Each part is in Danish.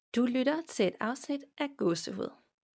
Du lytter til et afsnit af Gåsehud.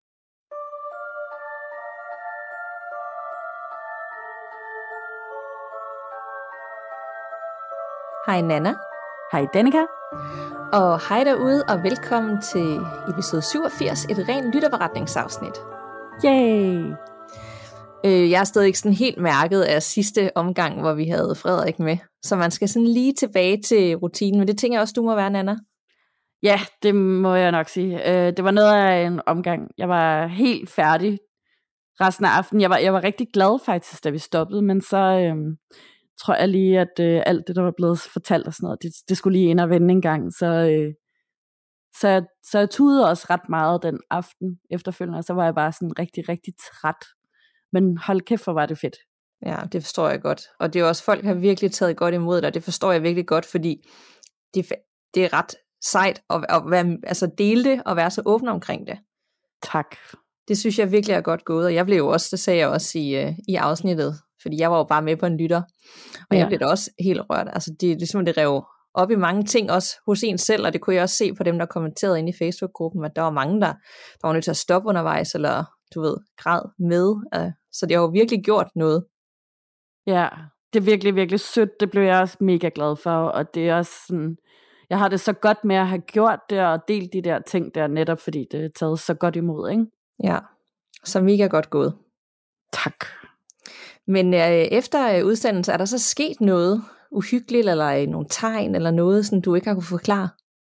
Hej Nana. Hej Danika. Og hej derude, og velkommen til episode 87, et rent lytterberetningsafsnit. Yay! Jeg er stadig ikke sådan helt mærket af sidste omgang, hvor vi havde Frederik med. Så man skal sådan lige tilbage til rutinen, men det tænker jeg også, du må være, Nana. Ja, det må jeg nok sige. Det var noget af en omgang. Jeg var helt færdig resten af aftenen. Jeg var rigtig glad faktisk, da vi stoppede, men så tror jeg lige, at alt det, der var blevet fortalt og sådan noget, det skulle lige ind og vende en gang. Så jeg tudede også ret meget den aften efterfølgende, og så var jeg bare sådan rigtig, rigtig træt. Men hold kæft, hvor var det fedt. Ja, det forstår jeg godt. Og det er også, folk har virkelig taget godt imod dig. Det forstår jeg virkelig godt, fordi det er ret sejt at være, altså dele det og være så åben omkring det. Tak. Det synes jeg virkelig er godt gået, og jeg blev jo også, det sagde jeg også i afsnittet, fordi jeg var jo bare med på en lytter, og jeg blev da også helt rørt. Altså det er ligesom, det rev op i mange ting også hos en selv, og det kunne jeg også se på dem, der kommenterede inde i Facebook-gruppen, at der var mange, der var nødt til at stoppe undervejs, eller du ved, græd med, så det har jo virkelig gjort noget. Ja, det er virkelig, virkelig sødt, det blev jeg også mega glad for, og det er også sådan, jeg har det så godt med at have gjort det, og delt de der ting der, netop fordi det er taget så godt imod, ikke? Ja, så mega godt gået. Tak. Men efter udsendelsen, er der så sket noget uhyggeligt, eller nogle tegn, eller noget, som du ikke har kunne forklare?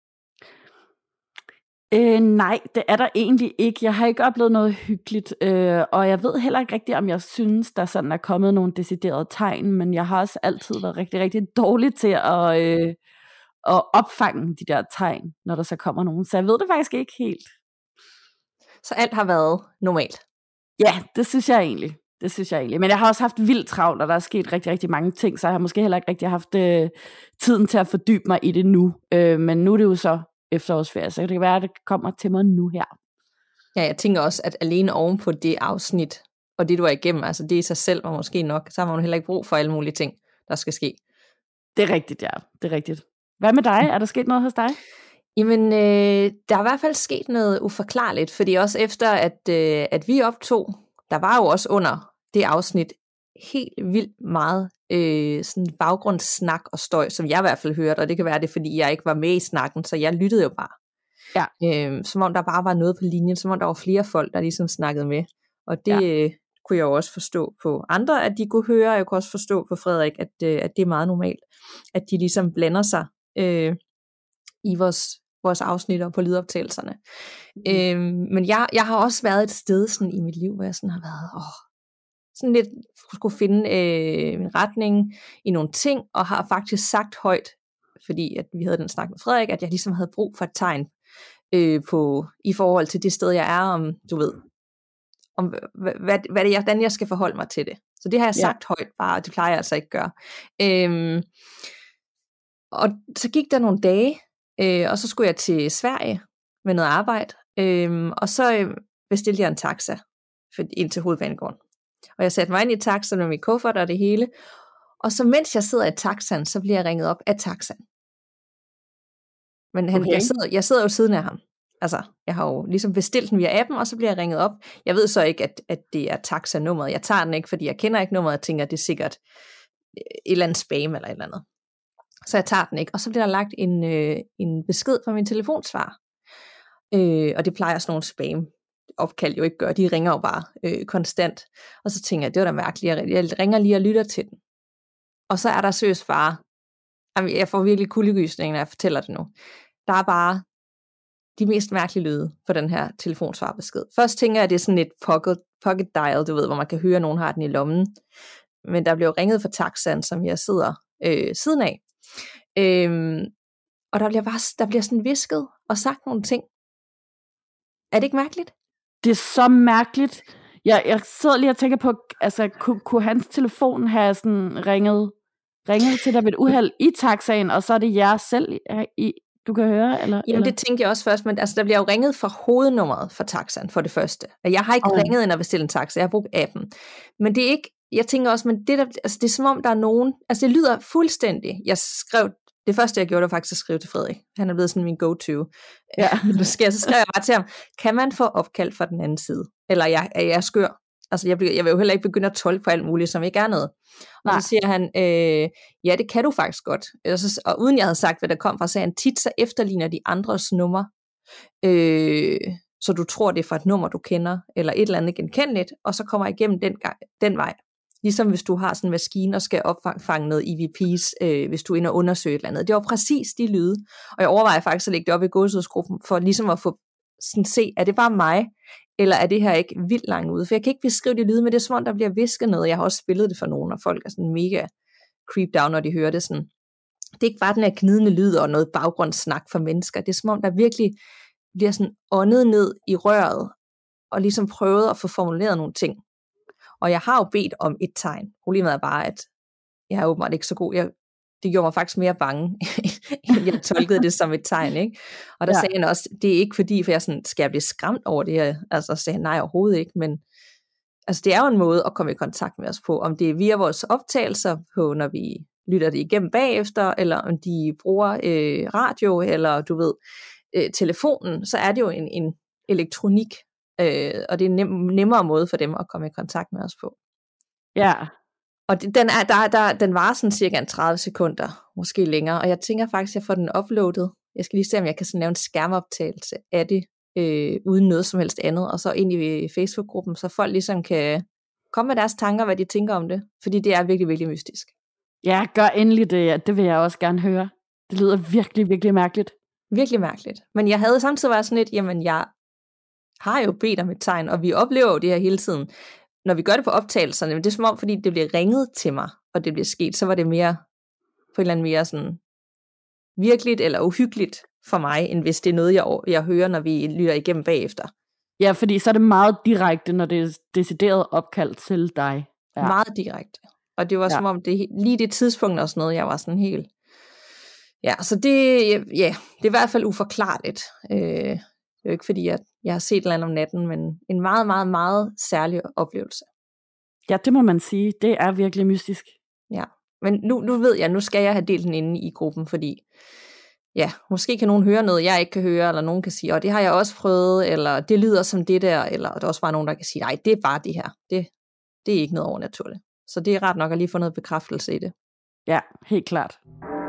Nej, det er der egentlig ikke. Jeg har ikke oplevet noget hyggeligt, og jeg ved heller ikke rigtigt, om jeg synes, der sådan er kommet nogle deciderede tegn, men jeg har også altid været rigtig, rigtig dårlig til at opfange de der tegn, når der så kommer nogen. Så jeg ved det faktisk ikke helt. Så alt har været normalt? Ja, det synes jeg egentlig. Men jeg har også haft vildt travlt, og der er sket rigtig, rigtig mange ting, så jeg har måske heller ikke rigtig haft tiden til at fordybe mig i det nu. Men nu er det jo så efterårsferie, så det kan være, at det kommer til mig nu her. Ja, jeg tænker også, at alene oven på det afsnit, og det du er igennem, altså det i sig selv var måske nok, så har man heller ikke brug for alle mulige ting, der skal ske. Det er rigtigt, ja. Det er rigtigt. Hvad med dig? Er der sket noget hos dig? Jamen, der er i hvert fald sket noget uforklarligt, fordi også efter, at vi optog, der var jo også under det afsnit helt vildt meget sådan baggrundssnak og støj, som jeg i hvert fald hørte, og det kan være det, fordi jeg ikke var med i snakken, så jeg lyttede jo bare. Ja. Som om der bare var noget på linjen, som om der var flere folk, der ligesom snakkede med, og det kunne jeg jo også forstå på andre, at de kunne høre, og jeg kunne også forstå på Frederik, at det er meget normalt, at de ligesom blander sig i vores afsnit og på lydoptagelserne. Men jeg har også været et sted sådan i mit liv, hvor jeg sådan har været sådan lidt skulle finde en retning i nogle ting, og har faktisk sagt højt, fordi at vi havde den snak med Frederik, at jeg ligesom havde brug for et tegn i forhold til det sted, jeg er, om du ved, om hvad det er, hvordan jeg skal forholde mig til det. Så det har jeg sagt højt bare, og det plejer jeg altså ikke gøre. Og så gik der nogle dage, og så skulle jeg til Sverige med noget arbejde, og så bestilte jeg en taxa ind til Hovedbanegården. Og jeg satte mig ind i taxaen med min kuffert og det hele, og så mens jeg sidder i taxaen, så bliver jeg ringet op af taxaen. Men jeg sidder jo siden af ham. Altså, jeg har jo ligesom bestilt den via appen, og så bliver jeg ringet op. Jeg ved så ikke, at det er taxa-nummeret. Jeg tager den ikke, fordi jeg kender ikke nummeret, og tænker, at det er sikkert et eller andet spam eller et eller andet. Så jeg tager den ikke, og så bliver der lagt en besked fra min telefonsvarer. Og det plejer sådan nogle spam opkald jo ikke gøre, de ringer jo bare konstant. Og så tænker jeg, det var da mærkeligt, jeg ringer lige og lytter til den. Og så er der seriøst bare, jeg får virkelig kuldegysning, når jeg fortæller det nu. Der er bare de mest mærkelige lyde på den her telefonsvarbesked. Først tænker jeg, at det er sådan et pocket dial, du ved, hvor man kan høre, at nogen har den i lommen. Men der bliver ringet fra taxaen, som jeg sidder siden af. Og der bliver sådan visket og sagt nogle ting. Er det ikke mærkeligt? Det er så mærkeligt. Jeg sidder lige og tænker på, altså kunne hans telefon have sådan ringet til dig ved et uheld i taxaen, og så er det jer selv, du kan høre? Eller? Det tænkte jeg også først, men altså, der bliver jo ringet fra hovednummeret for taxaen for det første. Jeg har ikke ringet ind og bestilt en taxa, jeg har brugt appen. Men det er ikke, jeg tænker også, men det er som om der er nogen, altså det lyder fuldstændig, jeg skrev Det første, jeg gjorde, var faktisk at skrive til Frederik. Han er blevet sådan min go-to. Ja. Så skrev jeg bare til ham, kan man få opkald fra den anden side? Eller jeg er skør. Altså, jeg vil jo heller ikke begynde at tolke på alt muligt, som ikke er noget. Og så siger han, ja, det kan du faktisk godt. Og uden jeg havde sagt, hvad der kom fra, sagde han, tit så efterligner de andres nummer, så du tror, det er fra et nummer, du kender, eller et eller andet genkendeligt, og så kommer igennem den vej. Ligesom hvis du har sådan en maskine og skal opfange noget EVPs, hvis du er inde og undersøge et eller andet. Det var præcis de lyde, og jeg overvejer faktisk at lægge det op i gåsehudsgruppen, for ligesom at få sådan se, er det bare mig, eller er det her ikke vildt langt ude? For jeg kan ikke beskrive de lyde, men det er som om, der bliver visket noget. Jeg har også spillet det for nogen, og folk er sådan mega creep down, når de hører det sådan. Det er ikke bare den her knidende lyd og noget baggrundssnak for mennesker. Det er som om, der virkelig bliver sådan åndet ned i røret, og ligesom prøvet at få formuleret nogle ting. Og jeg har jo bedt om et tegn. Problemet er bare, at jeg er åbenbart ikke så god. Det gjorde mig faktisk mere bange, end jeg tolkede det som et tegn, ikke? Og der sagde han også, det er ikke fordi, for jeg sådan, skal jeg blive skræmt over det her? Altså, så sagde han, nej, overhovedet ikke, men altså, det er jo en måde at komme i kontakt med os på, om det er via vores optagelser på, når vi lytter det igennem bagefter, eller om de bruger radio, eller du ved, telefonen, så er det jo en elektronik, og det er en nemmere måde for dem at komme i kontakt med os på. Ja. Og den varer sådan cirka 30 sekunder, måske længere, og jeg tænker faktisk, at jeg får den uploadet. Jeg skal lige se, om jeg kan sådan lave en skærmoptagelse af det, uden noget som helst andet, og så ind i Facebook-gruppen, så folk ligesom kan komme med deres tanker, hvad de tænker om det, fordi det er virkelig, virkelig mystisk. Ja, gør endelig det. Ja. Det vil jeg også gerne høre. Det lyder virkelig, virkelig mærkeligt. Virkelig mærkeligt. Men jeg havde samtidig været sådan lidt, jamen jeg har jo bedt om et tegn, og vi oplever jo det her hele tiden. Når vi gør det på optagelserne, det er som om, fordi det bliver ringet til mig, og det bliver sket, så var det mere, på en eller anden mere sådan, virkeligt eller uhyggeligt for mig, end hvis det er noget, jeg hører, når vi lytter igennem bagefter. Ja, fordi så er det meget direkte, når det er decideret opkald til dig. Ja. Meget direkte. Og det var som om, det lige det tidspunkt og sådan noget, jeg var sådan helt... Ja, så det er i hvert fald uforklarligt. Det er jo ikke fordi, jeg har set et eller andet om natten, men en meget, meget, meget særlig oplevelse. Ja, det må man sige. Det er virkelig mystisk. Ja, men nu ved jeg, nu skal jeg have delt den inde i gruppen, fordi ja, måske kan nogen høre noget, jeg ikke kan høre, eller nogen kan sige, det har jeg også prøvet, eller det lyder som det der, eller der er også bare nogen, der kan sige, nej, det er bare det her. Det er ikke noget overnaturligt. Så det er ret nok at lige få noget bekræftelse i det. Ja, helt klart.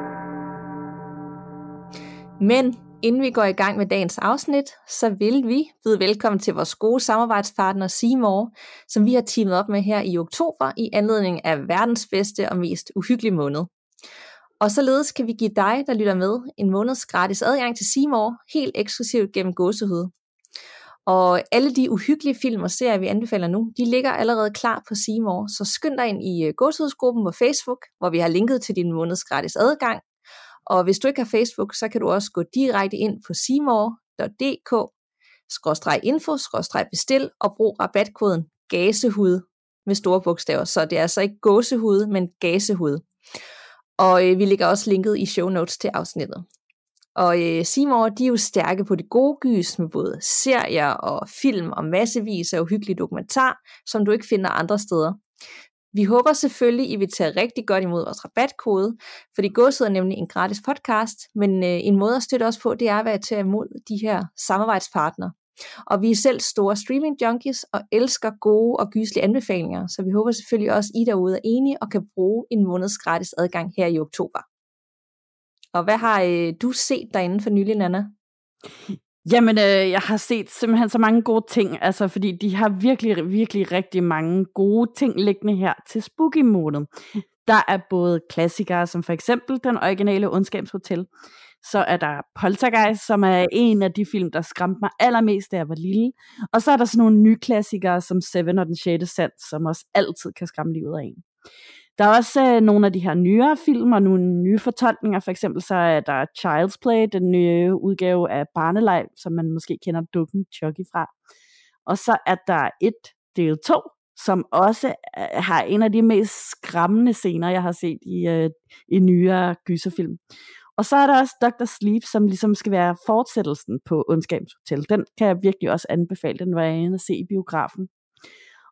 Men inden vi går i gang med dagens afsnit, så vil vi byde velkommen til vores gode samarbejdspartner C More, som vi har teamet op med her i oktober i anledning af verdens bedste og mest uhyggelige måned. Og således kan vi give dig, der lytter med, en måneds gratis adgang til C More, helt eksklusivt gennem gåsehud. Og alle de uhyggelige film og serier, vi anbefaler nu, de ligger allerede klar på C More, så skynd dig ind i gåsehudsgruppen på Facebook, hvor vi har linket til din måneds gratis adgang. Og hvis du ikke har Facebook, så kan du også gå direkte ind på cmore.dk/info/bestil og brug rabatkoden GASEHUD med store bogstaver. Så det er altså ikke gåsehud, men gasehud. Og vi lægger også linket i show notes til afsnittet. Og C More, de er jo stærke på det gode gys med både serier og film og massevis af uhyggelige dokumentar, som du ikke finder andre steder. Vi håber selvfølgelig, I vil tage rigtig godt imod vores rabatkode, fordi Gåsehud er nemlig en gratis podcast, men en måde at støtte os på, det er at være til imod de her samarbejdspartnere. Og vi er selv store streaming junkies og elsker gode og gyselige anbefalinger, så vi håber selvfølgelig også, I derude er enige og kan bruge en måneds gratis adgang her i oktober. Og hvad har du set derinde for nylig, Nana? Jamen, jeg har set simpelthen så mange gode ting, altså fordi de har virkelig, virkelig rigtig mange gode ting liggende her til Spooky Måned. Der er både klassikere, som for eksempel den originale Ondskabshotel. Så er der Poltergeist, som er en af de film, der skræmte mig allermest, da jeg var lille. Og så er der sådan nogle nye klassikere, som Seven og den 6. Sans, som også altid kan skræmme livet af en. Der er også nogle af de her nyere film og nogle nye fortolkninger. For eksempel så er der Child's Play, den nye udgave af Barneleg, som man måske kender dukken Chucky fra. Og så er der del 2, som også har en af de mest skræmmende scener, jeg har set i nyere gyserfilm. Og så er der også Dr. Sleep, som ligesom skal være fortsættelsen på Ondskabshotel. Den kan jeg virkelig også anbefale, den var jeg inde at se i biografen.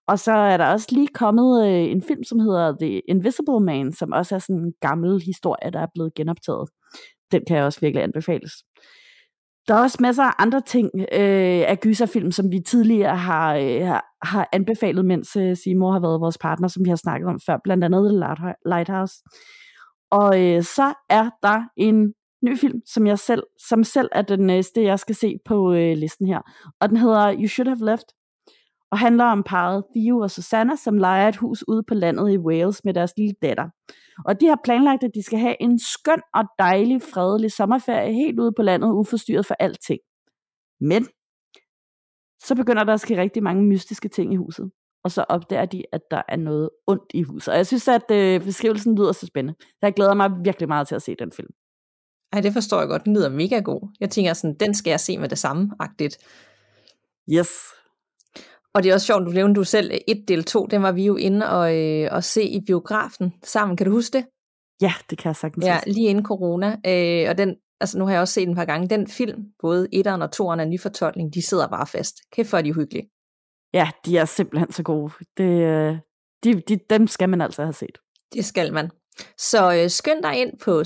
Og så er der også lige kommet en film, som hedder The Invisible Man, som også er sådan en gammel historie, der er blevet genoptaget. Den kan jeg også virkelig anbefales. Der er også masser af andre ting af gyserfilm, som vi tidligere har anbefalet, mens Seymour har været vores partner, som vi har snakket om før, blandt andet The Lighthouse. Og så er der en ny film, som selv er den næste, jeg skal se på listen her. Og den hedder You Should Have Left, og handler om parret Theo og Susanna, som lejer et hus ude på landet i Wales med deres lille datter. Og de har planlagt, at de skal have en skøn og dejlig, fredelig sommerferie helt ude på landet, uforstyrret for alting. Men så begynder der at ske rigtig mange mystiske ting i huset. Og så opdager de, at der er noget ondt i huset. Og jeg synes, at beskrivelsen lyder så spændende. Jeg glæder mig virkelig meget til at se den film. Ej, det forstår jeg godt. Den lyder mega god. Jeg tænker sådan, den skal jeg se med det samme-agtigt. Yes. Og det er også sjovt, du nævnte du selv 1 del 2, den var vi jo inde og se i biografen sammen. Kan du huske det? Ja, det kan jeg sagtens. Ja, lige inden corona. Og den, altså nu har jeg også set den et par gange. Den film, både 1'eren og 2'eren af nyfortolkning, de sidder bare fast. Kæft for, de er hyggelige. Ja, de er simpelthen så gode. Dem skal man altså have set. Det skal man. Så skynd dig ind på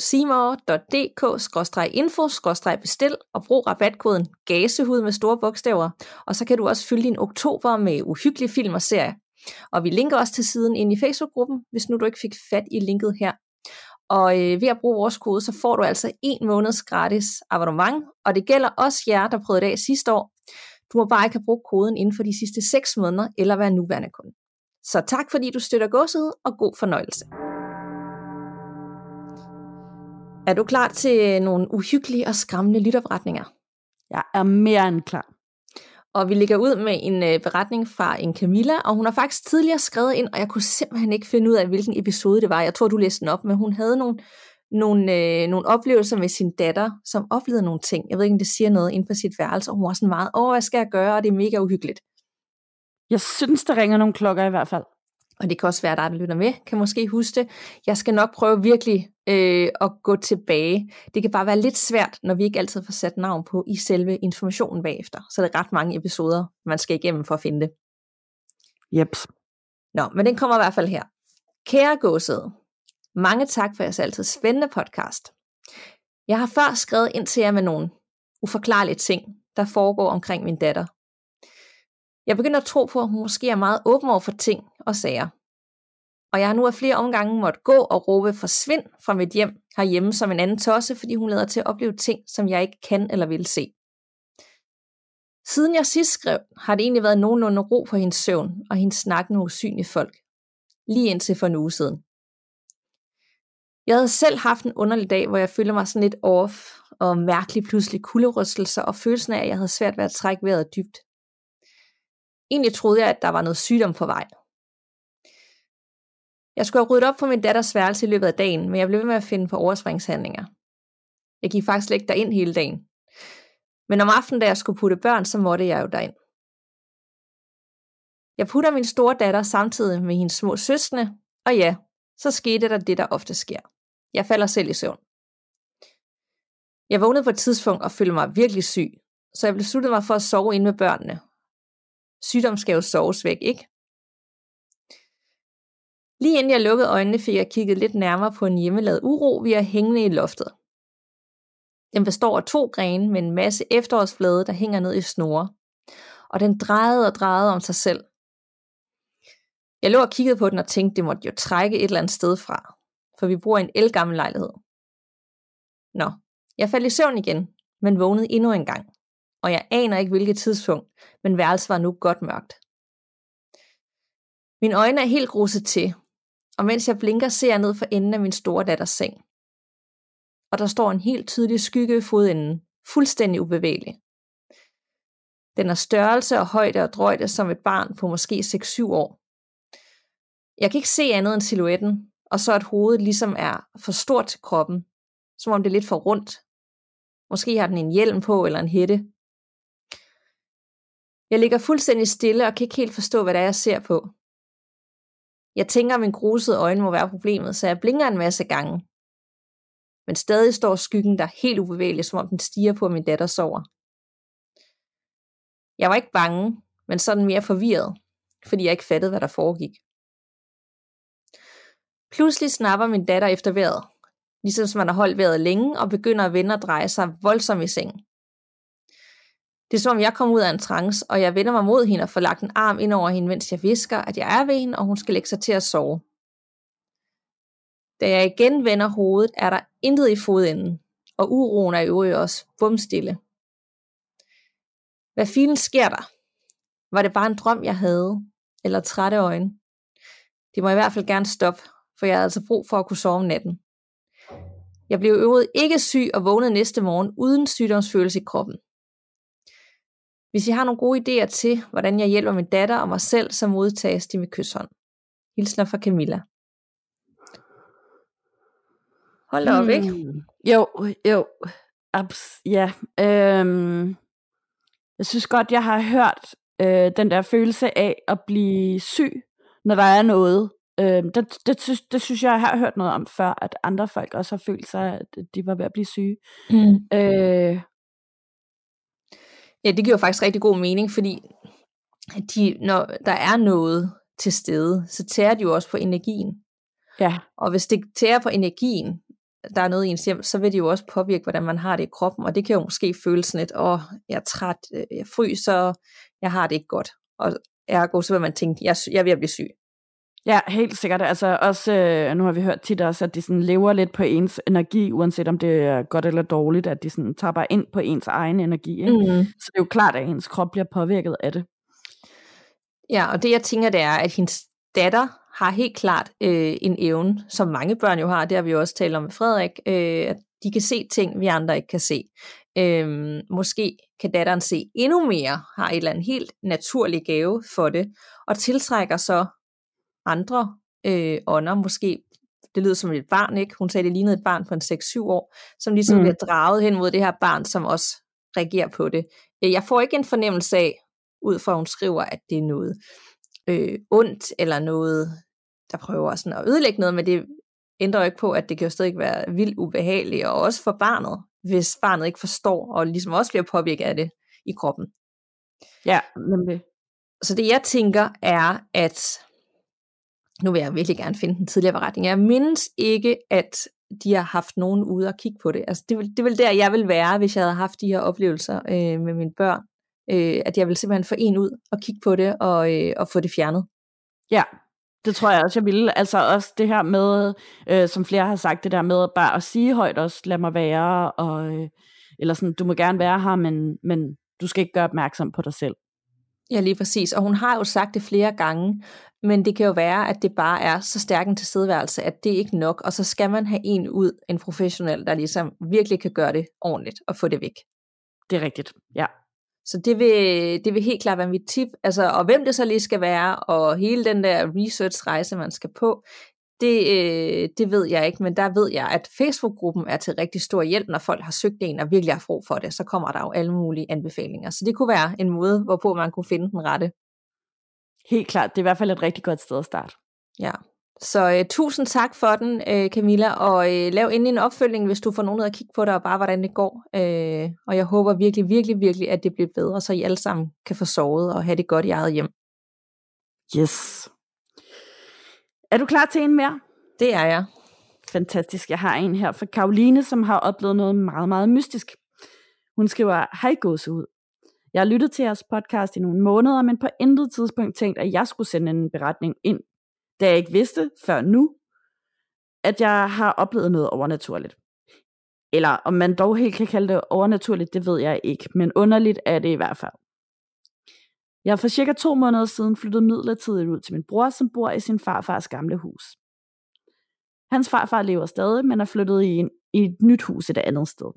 seymour.dk/info/bestil og brug rabatkoden GASEHUD med store bogstaver. Og så kan du også fylde din oktober med uhyggelige film og serier. Og vi linker også til siden ind i Facebook-gruppen, hvis nu du ikke fik fat i linket her. Og ved at bruge vores kode, så får du altså 1 måneds gratis abonnement. Og det gælder også jer, der prøvede det af sidste år. Du må bare ikke have brugt koden inden for de sidste 6 måneder, eller være nuværende kunde. Så tak fordi du støtter Gåsehud, og god fornøjelse. Er du klar til nogle uhyggelige og skræmmende lytterberetninger? Jeg er mere end klar. Og vi lægger ud med en beretning fra en Camilla, og hun har faktisk tidligere skrevet ind, og jeg kunne simpelthen ikke finde ud af, hvilken episode det var. Jeg tror, du læste den op, men hun havde nogle oplevelser med sin datter, som oplevede nogle ting. Jeg ved ikke, om det siger noget inde på sit værelse, og hun var sådan meget, hvad skal jeg gøre, og det er mega uhyggeligt. Jeg synes, der ringer nogle klokker i hvert fald. Og det kan også være, der lytter med, kan måske huske det. Jeg skal nok prøve virkelig at gå tilbage. Det kan bare være lidt svært, når vi ikke altid får sat navn på i selve informationen bagefter. Så det er ret mange episoder, man skal igennem for at finde det. Jeps. Nå, men den kommer i hvert fald her. Kære Gåsehud, mange tak for jeres altid spændende podcast. Jeg har før skrevet ind til jer med nogle uforklarlige ting, der foregår omkring min datter. Jeg begynder at tro på, at hun måske er meget åben over for ting og sager. Og jeg har nu af flere omgange måttet gå og råbe forsvind fra mit hjem herhjemme som en anden tosse, fordi hun lader til at opleve ting, som jeg ikke kan eller vil se. Siden jeg sidst skrev, har det egentlig været nogenlunde ro på hendes søvn og hendes snak med usynlige folk. Lige indtil for en uge siden. Jeg havde selv haft en underlig dag, hvor jeg følte mig sådan lidt off og mærkelig pludselig kulderystelser og følelsen af, at jeg havde svært ved at trække vejret dybt. Egentlig troede jeg, at der var noget sygdom på vej. Jeg skulle have ryddet op på min datters værelse i løbet af dagen, men jeg blev ved med at finde på overspringshandlinger. Jeg gik faktisk ikke derind hele dagen. Men om aftenen, da jeg skulle putte børn, så måtte jeg jo derind. Jeg putter min store datter samtidig med hendes små søskende, og ja, så skete der det, der ofte sker. Jeg falder selv i søvn. Jeg vågnede på et tidspunkt og følte mig virkelig syg, så jeg besluttede mig for at sove inde med børnene. Sygdom skal jo soves væk, ikke? Lige inden jeg lukkede øjnene, fik jeg kigget lidt nærmere på en hjemmelavet uro, vi er hængende i loftet. Den består af 2 grene med en masse efterårsblade, der hænger ned i snore. Og den drejede og drejede om sig selv. Jeg lå og kiggede på den og tænkte, det måtte jo trække et eller andet sted fra, for vi bor i en ældgammel lejlighed. Nå, jeg faldt i søvn igen, men vågnede endnu en gang. Og jeg aner ikke hvilket tidspunkt, men værelset var nu godt mørkt. Mine øjne er helt gruset til, og mens jeg blinker, ser jeg ned for enden af min store datters seng. Og der står en helt tydelig skygge i fodenden, fuldstændig ubevægelig. Den er størrelse og højde og drøjde som et barn på måske 6-7 år. Jeg kan ikke se andet end silhuetten, og så at hovedet ligesom er for stort til kroppen, som om det er lidt for rundt. Måske har den en hjelm på eller en hætte. Jeg ligger fuldstændig stille og kan ikke helt forstå, hvad det er, jeg ser på. Jeg tænker, at min grusede øjne må være problemet, så jeg blinker en masse gange. Men stadig står skyggen der helt ubevægelig, som om den stiger på, at min datter sover. Jeg var ikke bange, men sådan mere forvirret. fordi jeg ikke fattede, hvad der foregik. Pludselig snapper min datter efter vejret, ligesom som man har holdt vejret længe, og begynder at vende og dreje sig voldsomt i sengen. Det er som om jeg kommer ud af en trance, og jeg vender mig mod hende og får lagt en arm ind over hende, mens jeg hvisker, at jeg er ved hende, og hun skal lægge sig til at sove. Da jeg igen vender hovedet, er der intet i fodenden, og uroen er i øvrigt også bumstille. Hvad filen sker der? Var det bare en drøm, jeg havde? Eller trætte øjne? Det må i hvert fald gerne stoppe, for jeg havde altså brug for at kunne sove om natten. Jeg blev i øvrigt ikke syg og vågnede næste morgen uden sygdomsfølelse i kroppen. Hvis I har nogle gode idéer til, hvordan jeg hjælper min datter og mig selv, så modtages de med kyshånd. Hilsner fra Camilla. Hold da op, ikke? Jo. Ja. Jeg synes godt, jeg har hørt den der følelse af at blive syg, når der er noget. Det synes jeg har hørt noget om før, at andre folk også har følt sig, at de var ved at blive syge. Ja, det giver faktisk rigtig god mening, fordi når der er noget til stede, så tærer de jo også på energien. Ja. Og hvis det tærer på energien, der er noget i ens hjem, så vil det jo også påvirke, hvordan man har det i kroppen, og det kan jo måske føles sådan lidt, jeg er træt, jeg fryser, jeg har det ikke godt. Og ergo, så vil man tænke, jeg er ved at blive syg. Ja, helt sikkert. Altså også, nu har vi hørt tit også, at de sådan lever lidt på ens energi, uanset om det er godt eller dårligt, at de sådan tapper ind på ens egen energi. Ikke? Så det er jo klart, at ens krop bliver påvirket af det. Ja, og det jeg tænker, det er, at hendes datter har helt klart en evne, som mange børn jo har, det har vi jo også talt om med Frederik, at de kan se ting, vi andre ikke kan se. Måske kan datteren se endnu mere, har et eller andet helt naturlig gave for det, og tiltrækker så andre ånder, måske, det lyder som et barn, ikke? Hun sagde, det lignede et barn på en 6-7 år, som ligesom bliver draget hen mod det her barn, som også reagerer på det. Jeg får ikke en fornemmelse af, ud fra hun skriver, at det er noget ondt, eller noget, der prøver sådan at ødelægge noget, men det ændrer jo ikke på, at det kan jo stadig være vildt ubehageligt, og også for barnet, hvis barnet ikke forstår, og ligesom også bliver påvirket af det i kroppen. Ja, nemlig. Så det jeg tænker er, at nu vil jeg virkelig gerne finde den tidligere beretning. Jeg mindes ikke, at de har haft nogen ude og kigge på det. Altså det vil der, jeg vil være, hvis jeg havde haft de her oplevelser med mine børn. At jeg vil simpelthen få en ud og kigge på det og få det fjernet. Ja, det tror jeg også, jeg ville. Altså også det her med, som flere har sagt, det der med bare at sige højt også, lad mig være, eller sådan, du må gerne være her, men du skal ikke gøre opmærksom på dig selv. Ja, lige præcis. Og hun har jo sagt det flere gange, men det kan jo være, at det bare er så stærk en tilstedeværelse, at det ikke er nok, og så skal man have en ud, en professionel, der ligesom virkelig kan gøre det ordentligt og få det væk. Det er rigtigt, ja. Så det vil helt klart være mit tip, altså, og hvem det så lige skal være, og hele den der research-rejse, man skal på, det ved jeg ikke, men der ved jeg, at Facebook-gruppen er til rigtig stor hjælp, når folk har søgt en og virkelig har brug for det, så kommer der jo alle mulige anbefalinger. Så det kunne være en måde, hvorpå man kunne finde den rette. Helt klart, det er i hvert fald et rigtig godt sted at starte. Ja, så tusind tak for den, Camilla, og lav endelig en opfølgning, hvis du får nogen ud at kigge på det, og bare hvordan det går. Og jeg håber virkelig, virkelig, virkelig, at det bliver bedre, så I alle sammen kan få sovet og have det godt i eget hjem. Yes. Er du klar til en mere? Det er jeg. Fantastisk. Jeg har en her fra Karoline, som har oplevet noget meget, meget mystisk. Hun skriver, hej gåsehud. Jeg har lyttet til jeres podcast i nogle måneder, men på intet tidspunkt tænkt, at jeg skulle sende en beretning ind, da jeg ikke vidste før nu, at jeg har oplevet noget overnaturligt. Eller om man dog helt kan kalde det overnaturligt, det ved jeg ikke, men underligt er det i hvert fald. Jeg har for cirka 2 måneder siden flyttet midlertidigt ud til min bror, som bor i sin farfars gamle hus. Hans farfar lever stadig, men er flyttet i et nyt hus et andet sted.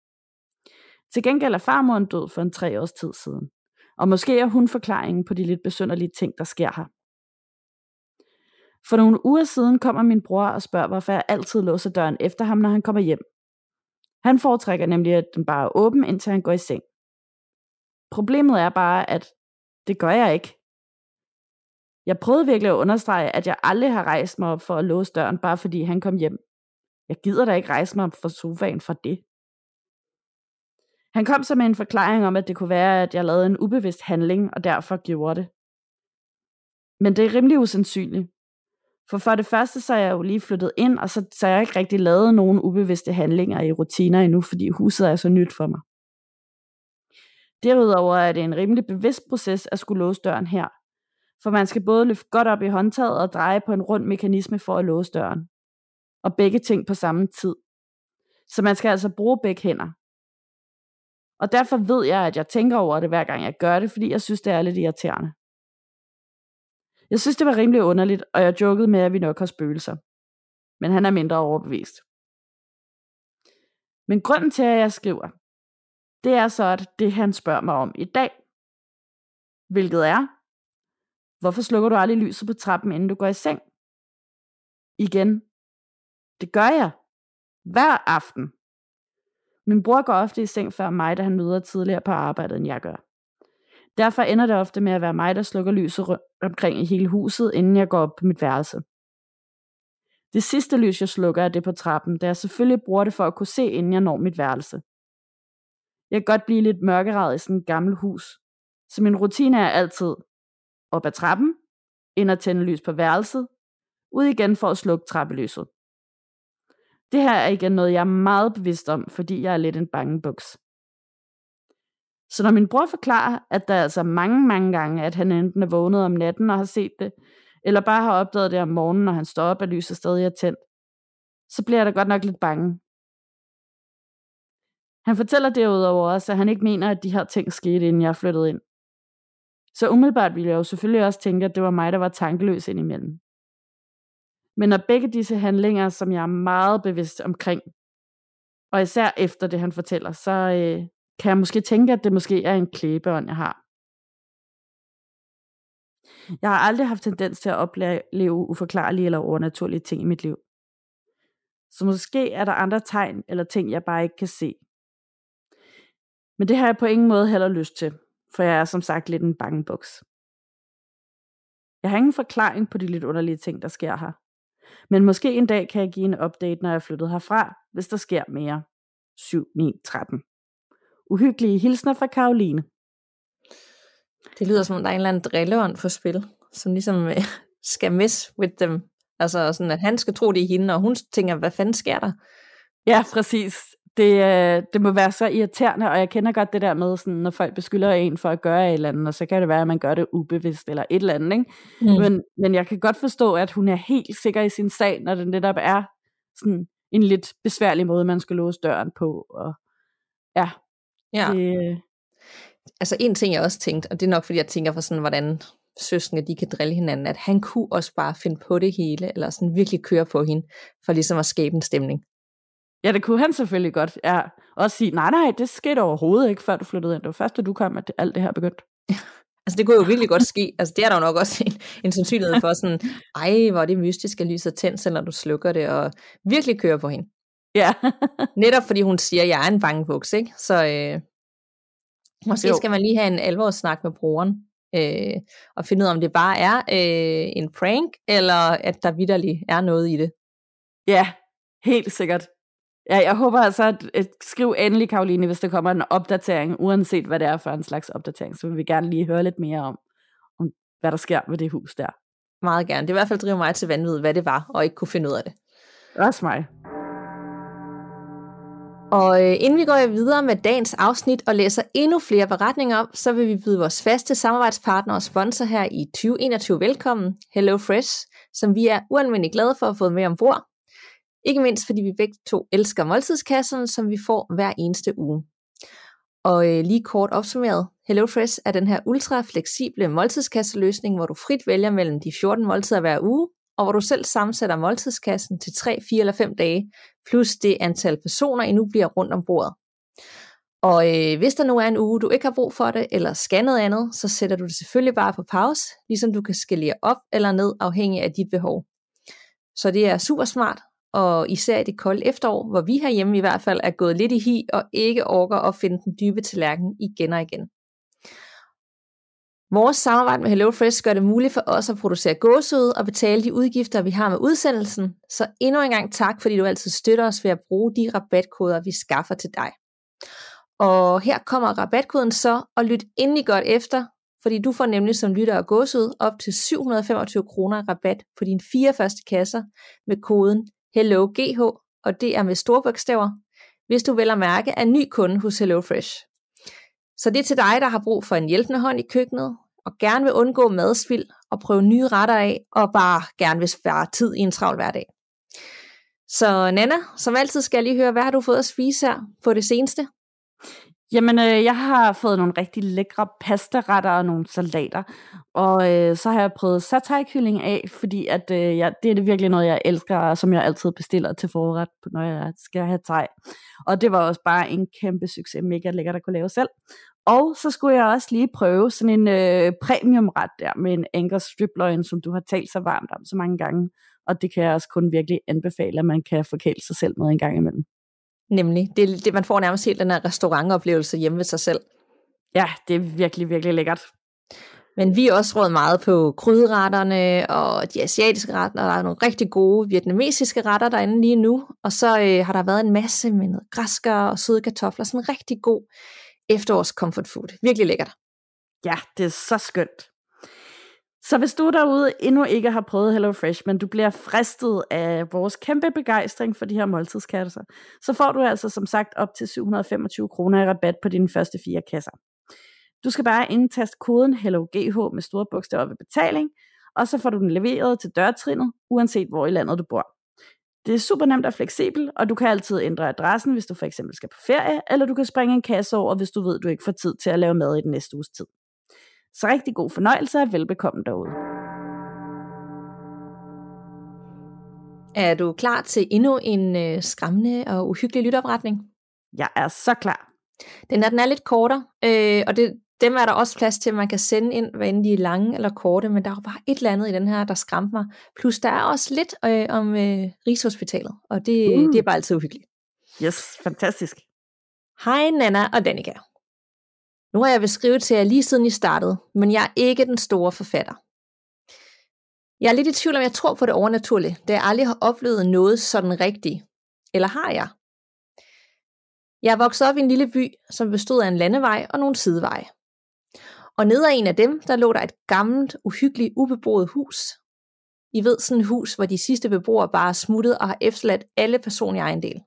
Til gengæld er farmoren død for en 3 års tid siden, og måske er hun forklaringen på de lidt besynderlige ting, der sker her. For nogle uger siden kommer min bror og spørger, hvorfor jeg altid låser døren efter ham, når han kommer hjem. Han foretrækker nemlig, at den bare er åben, indtil han går i seng. Problemet er bare, at det gør jeg ikke. Jeg prøvede virkelig at understrege, at jeg aldrig har rejst mig op for at låse døren, bare fordi han kom hjem. Jeg gider da ikke rejse mig op fra sofaen for det. Han kom så med en forklaring om, at det kunne være, at jeg lavede en ubevidst handling, og derfor gjorde det. Men det er rimelig usandsynligt. For det første, så er jeg jo lige flyttet ind, og så har jeg ikke rigtig lavet nogen ubevidste handlinger i rutiner endnu, fordi huset er så nyt for mig. Derudover er det en rimelig bevidst proces at skulle låse døren her. For man skal både løfte godt op i håndtaget og dreje på en rund mekanisme for at låse døren. Og begge ting på samme tid. Så man skal altså bruge begge hænder. Og derfor ved jeg, at jeg tænker over det, hver gang jeg gør det, fordi jeg synes, det er lidt irriterende. Jeg synes, det var rimelig underligt, og jeg jokede med, at vi nok har spøgelser. Men han er mindre overbevist. Men grunden til, at jeg skriver, det er så, at det han spørger mig om i dag. Hvilket er, hvorfor slukker du aldrig lyset på trappen, inden du går i seng? Igen, det gør jeg. Hver aften. Min bror går ofte i seng før mig, da han møder tidligere på arbejdet, end jeg gør. Derfor ender det ofte med at være mig, der slukker lyset rundt omkring i hele huset, inden jeg går op på mit værelse. Det sidste lys, jeg slukker, er det på trappen, da jeg selvfølgelig bruger det for at kunne se, inden jeg når mit værelse. Jeg kan godt blive lidt mørkeret i sådan et gammelt hus, så min rutine er altid op ad trappen, ind og tænde lys på værelset, ud igen for at slukke trappelyset. Det her er igen noget, jeg er meget bevidst om, fordi jeg er lidt en bangebuks. Så når min bror forklarer, at der er altså mange gange, at han enten er vågnet om natten og har set det, eller bare har opdaget det om morgenen, når han står op og lyset stadig er tændt, så bliver jeg da godt nok lidt bange. Han fortæller derudover også, at han ikke mener, at de her ting skete, inden jeg flyttede ind. Så umiddelbart ville jeg jo selvfølgelig også tænke, at det var mig, der var tankeløs indimellem. Men når begge disse handlinger, som jeg er meget bevidst omkring, og især efter det, han fortæller, så kan jeg måske tænke, at det måske er en klæbeånd, jeg har. Jeg har aldrig haft tendens til at opleve uforklarlige eller overnaturlige ting i mit liv. Så måske er der andre tegn eller ting, jeg bare ikke kan se. Men det har jeg på ingen måde heller lyst til, for jeg er som sagt lidt en bangebuks. Jeg har ingen forklaring på de lidt underlige ting, der sker her. Men måske en dag kan jeg give en update, når jeg er flyttet herfra, hvis der sker mere. 7, 9, 13. Uhyggelige hilsner fra Karoline. Det lyder som om, der er en eller anden drilleånd for spil, som ligesom skal mess with them. Altså sådan, at han skal tro, det er hende, og hun tænker, hvad fanden sker der? Ja, præcis. Det må være så irriterende, og jeg kender godt det der med, sådan, når folk beskylder en for at gøre et eller andet, og så kan det være, at man gør det ubevidst eller et eller andet. Ikke? Men jeg kan godt forstå, at hun er helt sikker i sin sag, når det netop er sådan en lidt besværlig måde, man skal låse døren på. Og ja. Det... Altså en ting, jeg også tænkte, og det er nok, fordi jeg tænker for sådan, hvordan søskende, de kan drille hinanden, at han kunne også bare finde på det hele, eller sådan virkelig køre på hende, for ligesom at skabe en stemning. Ja, det kunne han selvfølgelig godt. Ja. Også sige, nej, det skete overhovedet ikke, før du flyttede ind. Det var først, da du kom, at alt det her begyndte. Altså det kunne jo virkelig godt ske. Altså det er der jo nok også en sandsynlighed for sådan, hvor er det mystisk, at lyset er tændt, selv når du slukker det, og virkelig køre på hende. Ja. Netop fordi hun siger, at jeg er en bangebuks, ikke? Så måske skal man lige have en alvorssnak med broren, og finde ud af, om det bare er en prank, eller at der vitterligt er noget i det. Ja, helt sikkert. Ja, jeg håber altså, at skriv endelig, Karoline, hvis der kommer en opdatering, uanset hvad det er for en slags opdatering, så vil vi gerne lige høre lidt mere om hvad der sker med det hus der. Meget gerne. Det er i hvert fald driver mig til vanvid, hvad det var, og ikke kunne finde ud af det. Også mig. Og inden vi går videre med dagens afsnit og læser endnu flere beretninger op, så vil vi byde vores faste samarbejdspartner og sponsor her i 2021 velkommen, HelloFresh, som vi er ualmindeligt glade for at få med ombord. Ikke mindst fordi vi begge to elsker måltidskasserne, som vi får hver eneste uge. Og lige kort opsummeret, HelloFresh er den her ultra fleksible måltidskasseløsning, hvor du frit vælger mellem de 14 måltider hver uge, og hvor du selv sammensætter måltidskassen til 3, 4 eller 5 dage, plus det antal personer, I nu bliver rundt om bordet. Og hvis der nu er en uge, du ikke har brug for det, eller skal noget andet, så sætter du det selvfølgelig bare på pause, ligesom du kan skalere op eller ned, afhængig af dit behov. Så det er super smart, og især i det kolde efterår, hvor vi herhjemme i hvert fald er gået lidt i hi, og ikke orker at finde den dybe tallerken igen og igen. Vores samarbejde med HelloFresh gør det muligt for os at producere gåsehud og betale de udgifter, vi har med udsendelsen. Så endnu en gang tak, fordi du altid støtter os ved at bruge de rabatkoder, vi skaffer til dig. Og her kommer rabatkoden så, og lyt endelig godt efter, fordi du får nemlig som lytter af gåsehud op til 725 kroner rabat på dine 4 første kasser med koden HelloGH, og det er med store bogstaver, hvis du vel at mærke er ny kunde hos HelloFresh. Så det er til dig, der har brug for en hjælpende hånd i køkkenet, og gerne vil undgå madspild og prøve nye retter af, og bare gerne vil spare tid i en travl hverdag. Så Nanna, som altid skal jeg lige høre, hvad har du fået at spise her på det seneste? Jamen, jeg har fået nogle rigtig lækre pastaretter og nogle salater, og så har jeg prøvet satay-kylling af, fordi at, det er virkelig noget, jeg elsker, som jeg altid bestiller til forret, når jeg skal have thai. Og det var også bare en kæmpe succes, mega lækkert at kunne lave selv. Og så skulle jeg også lige prøve sådan en premiumret der med en Angus strip loin, som du har talt så varmt om så mange gange. Og det kan jeg også kun virkelig anbefale, at man kan forkæle sig selv med en gang imellem. Nemlig. Det man får nærmest helt den her restaurantoplevelse hjemme ved sig selv. Ja, det er virkelig, virkelig lækkert. Men vi er også råd meget på krydderretterne og de asiatiske retter, og der er nogle rigtig gode vietnamesiske retter derinde lige nu. Og så har der været en masse med noget græskar og søde kartofler. Sådan en rigtig god efterårs comfort food. Virkelig lækkert. Ja, det er så skønt. Så hvis du derude endnu ikke har prøvet HelloFresh, men du bliver fristet af vores kæmpe begejstring for de her måltidskasser, så får du altså som sagt op til 725 kroner i rabat på dine første 4 kasser. Du skal bare indtaste koden HelloGH med store bogstaver ved betaling, og så får du den leveret til dørtrinnet, uanset hvor i landet du bor. Det er super nemt og fleksibelt, og du kan altid ændre adressen, hvis du for eksempel skal på ferie, eller du kan springe en kasse over, hvis du ved, du ikke får tid til at lave mad i den næste uges tid. Så rigtig god fornøjelse og velbekomme derude. Er du klar til endnu en skræmmende og uhyggelig lytopretning? Jeg er så klar. Den er lidt kortere, og dem er der også plads til, at man kan sende ind, hvad enten de er lange eller korte, men der er jo bare et eller andet i den her, der skræmte mig. Plus der er også lidt om Rigshospitalet, og det er bare altid uhyggeligt. Yes, fantastisk. Hej Nanna og Danika. Nu har jeg beskrevet til jer lige siden I startede, men jeg er ikke den store forfatter. Jeg er lidt i tvivl om, jeg tror på det overnaturlige, da jeg aldrig har oplevet noget sådan rigtigt. Eller har jeg? Jeg er vokset op i en lille by, som bestod af en landevej og nogle sideveje. Og ned ad en af dem, der lå der et gammelt, uhyggeligt, ubeboet hus. I ved, sådan et hus, hvor de sidste beboere bare er smuttet og har efterladt alle personlige ejendele.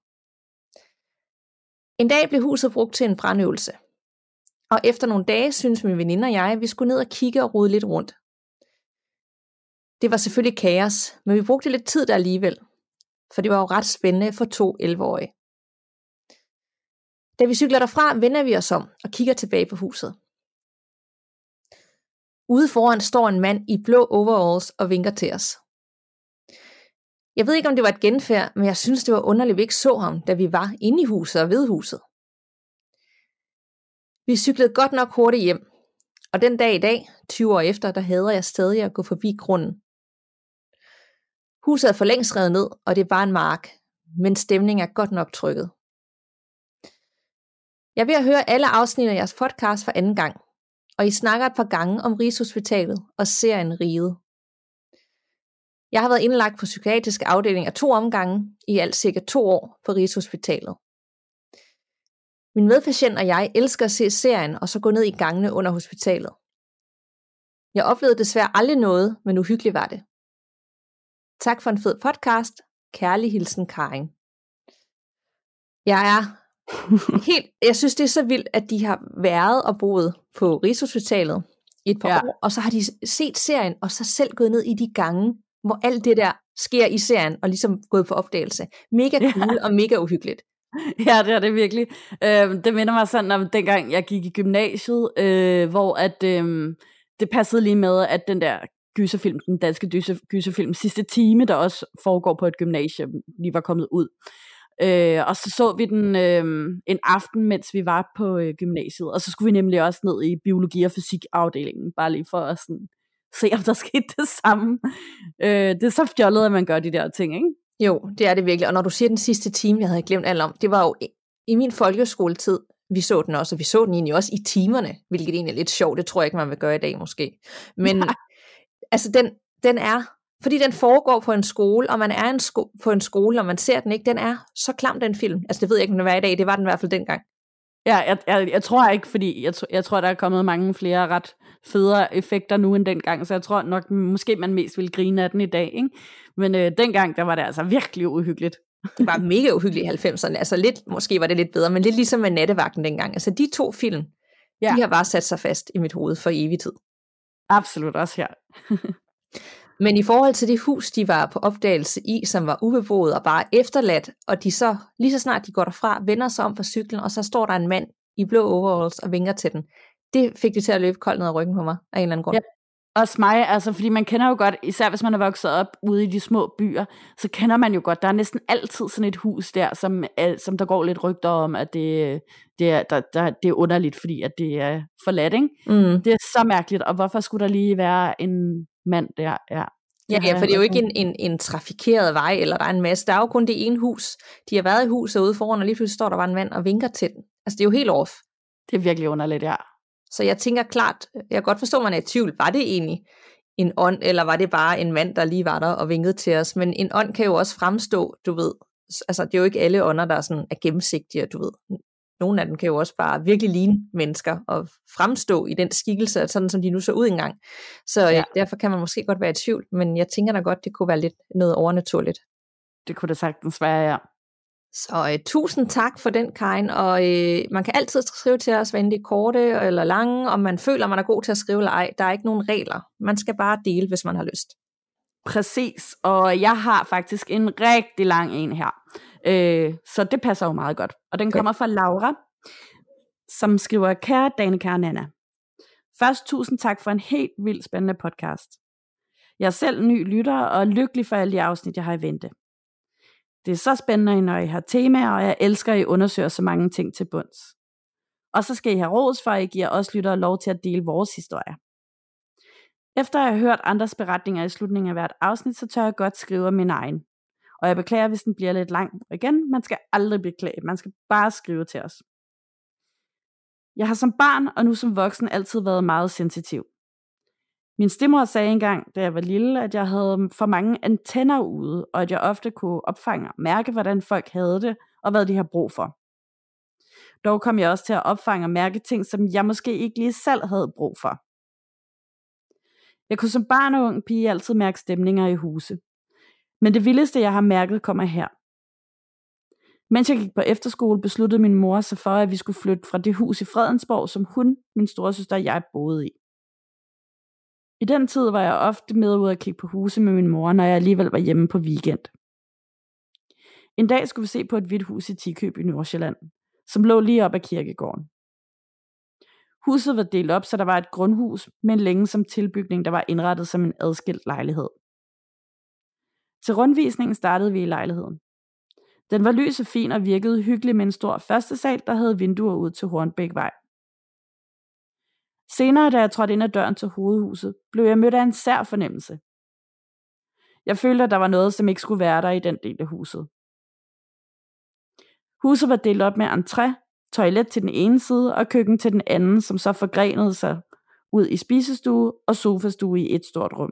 En dag blev huset brugt til en brandøvelse. Og efter nogle dage synes min veninde og jeg, at vi skulle ned og kigge og rode lidt rundt. Det var selvfølgelig kaos, men vi brugte lidt tid der alligevel. For det var jo ret spændende for 2 11-årige. Da vi cykler derfra, vender vi os om og kigger tilbage på huset. Ude foran står en mand i blå overalls og vinker til os. Jeg ved ikke, om det var et genfærd, men jeg synes, det var underligt, vi ikke så ham, da vi var inde i huset og ved huset. Vi cyklede godt nok hurtigt hjem, og den dag i dag, 20 år efter, der hader jeg stadig at gå forbi grunden. Huset er for længst revet ned, og det er bare en mark, men stemningen er godt nok trykket. Jeg vil høre alle afsnit af jeres podcast for anden gang, og I snakker et par gange om Rigshospitalet og serien Riget. Jeg har været indlagt på psykiatrisk afdeling af 2 omgange, i alt cirka 2 år på Rigshospitalet. Min medpatient og jeg elsker at se serien og så gå ned i gangene under hospitalet. Jeg oplevede desværre aldrig noget, men uhyggeligt var det. Tak for en fed podcast. Kærlig hilsen, Karin. Jeg synes, det er så vildt, at de har været og boet på Rigshospitalet i et par år, og så har de set serien, og så selv gået ned i de gange, hvor alt det der sker i serien, og ligesom gået på opdagelse. Mega cool og mega uhyggeligt. Ja, det er det virkelig. Det minder mig sådan om dengang, jeg gik i gymnasiet, hvor at, det passede lige med, at den der gyserfilm, den danske gyserfilm, Sidste Time, der også foregår på et gymnasium, lige var kommet ud. Og så vi den en aften, mens vi var på gymnasiet, og så skulle vi nemlig også ned i biologi- og fysikafdelingen, bare lige for at sådan, se, om der skete det samme. Det er så fjollet, at man gør de der ting, ikke? Jo, det er det virkelig. Og når du siger den sidste time, jeg havde glemt alt om, det var jo i min folkeskoletid, vi så den også, og vi så den egentlig også i timerne, hvilket egentlig er lidt sjovt, det tror jeg ikke, man vil gøre i dag måske. Men altså, den er, fordi den foregår på en skole, og man er på en skole, og man ser den ikke, den er så klam, den film. Altså, det ved jeg ikke, om det var i dag, det var den i hvert fald dengang. Ja, jeg tror ikke, fordi jeg tror, der er kommet mange flere ret federe effekter nu end dengang, så jeg tror nok, måske man mest ville grine af den i dag, ikke? Men dengang, der var det altså virkelig uhyggeligt. Det var mega uhyggeligt i 90'erne. Altså lidt, måske var det lidt bedre, men lidt ligesom med Nattevagten dengang. Altså de 2 film, de har bare sat sig fast i mit hoved for evig tid. Absolut også her. Men i forhold til det hus, de var på opdagelse i, som var ubeboet og bare efterladt, og de så, lige så snart de går derfra, vender sig om på cyklen, og så står der en mand i blå overalls og vinker til den. Det fik det til at løbe koldt ned ad ryggen på mig, af en eller anden grund. Ja. Også mig, altså, fordi man kender jo godt, især hvis man er vokset op ude i de små byer, så kender man jo godt, der er næsten altid sådan et hus der, som der går lidt rygter om, at det er underligt, fordi at det er forladt, ikke? Det er så mærkeligt, og hvorfor skulle der lige være en mand der? Ja, for det er jo ikke en trafikeret vej, eller der er en masse. Der er jo kun det ene hus. De har været i huset ude foran, og lige pludselig står der bare en mand og vinker til den. Altså det er jo helt off. Det er virkelig underligt, ja. Så jeg tænker klart, jeg kan godt forstå, at man er i tvivl. Var det egentlig en ånd, eller var det bare en mand, der lige var der og vinkede til os? Men en ånd kan jo også fremstå, du ved. Altså det er jo ikke alle ånder, der er gennemsigtige, du ved. Nogle af dem kan jo også bare virkelig ligne mennesker og fremstå i den skikkelse, sådan som de nu så ud engang. Så derfor kan man måske godt være i tvivl, men jeg tænker da godt, det kunne være lidt noget overnaturligt. Det kunne det sagtens være, ja. Så tusind tak for den, Karin, og man kan altid skrive til os, hvad det er korte eller lange, om man føler, man er god til at skrive eller ej. Der er ikke nogen regler. Man skal bare dele, hvis man har lyst. Præcis, og jeg har faktisk en rigtig lang en her. Så det passer jo meget godt. Og den kommer fra Laura, som skriver: Kære Danica og Nana. Først tusind tak for en helt vildt spændende podcast. Jeg er selv ny lytter og lykkelig for alle de afsnit, jeg har i vente. Det er så spændende, når I har temaer, og jeg elsker, at I undersøger så mange ting til bunds. Og så skal I have ros for, at I giver os lyttere lov til at dele vores historier. Efter at have hørt andres beretninger i slutningen af hvert afsnit, så tør jeg godt skrive min egen. Og jeg beklager, hvis den bliver lidt lang. Og igen, man skal aldrig beklage. Man skal bare skrive til os. Jeg har som barn og nu som voksen altid været meget sensitiv. Min stemor sagde engang, da jeg var lille, at jeg havde for mange antenner ude, og at jeg ofte kunne opfange og mærke, hvordan folk havde det, og hvad de har brug for. Dog kom jeg også til at opfange og mærke ting, som jeg måske ikke lige selv havde brug for. Jeg kunne som barn og ung pige altid mærke stemninger i huse. Men det vildeste, jeg har mærket, kommer her. Mens jeg gik på efterskole, besluttede min mor sig for, at vi skulle flytte fra det hus i Fredensborg, som hun, min storesøster og jeg boede i. I den tid var jeg ofte med ud at kigge på huse med min mor, når jeg alligevel var hjemme på weekend. En dag skulle vi se på et hvidt hus i Tikøb i Nordsjælland, som lå lige op ad kirkegården. Huset var delt op, så der var et grundhus med en længe som tilbygning, der var indrettet som en adskilt lejlighed. Til rundvisningen startede vi i lejligheden. Den var lys og fin og virkede hyggelig med en stor første sal, der havde vinduer ud til Hornbækvej. Senere, da jeg trådte ind ad døren til hovedhuset, blev jeg mødt af en sær fornemmelse. Jeg følte, at der var noget, som ikke skulle være der i den del af huset. Huset var delt op med entré, toilet til den ene side og køkken til den anden, som så forgrenede sig ud i spisestue og sofastue i et stort rum.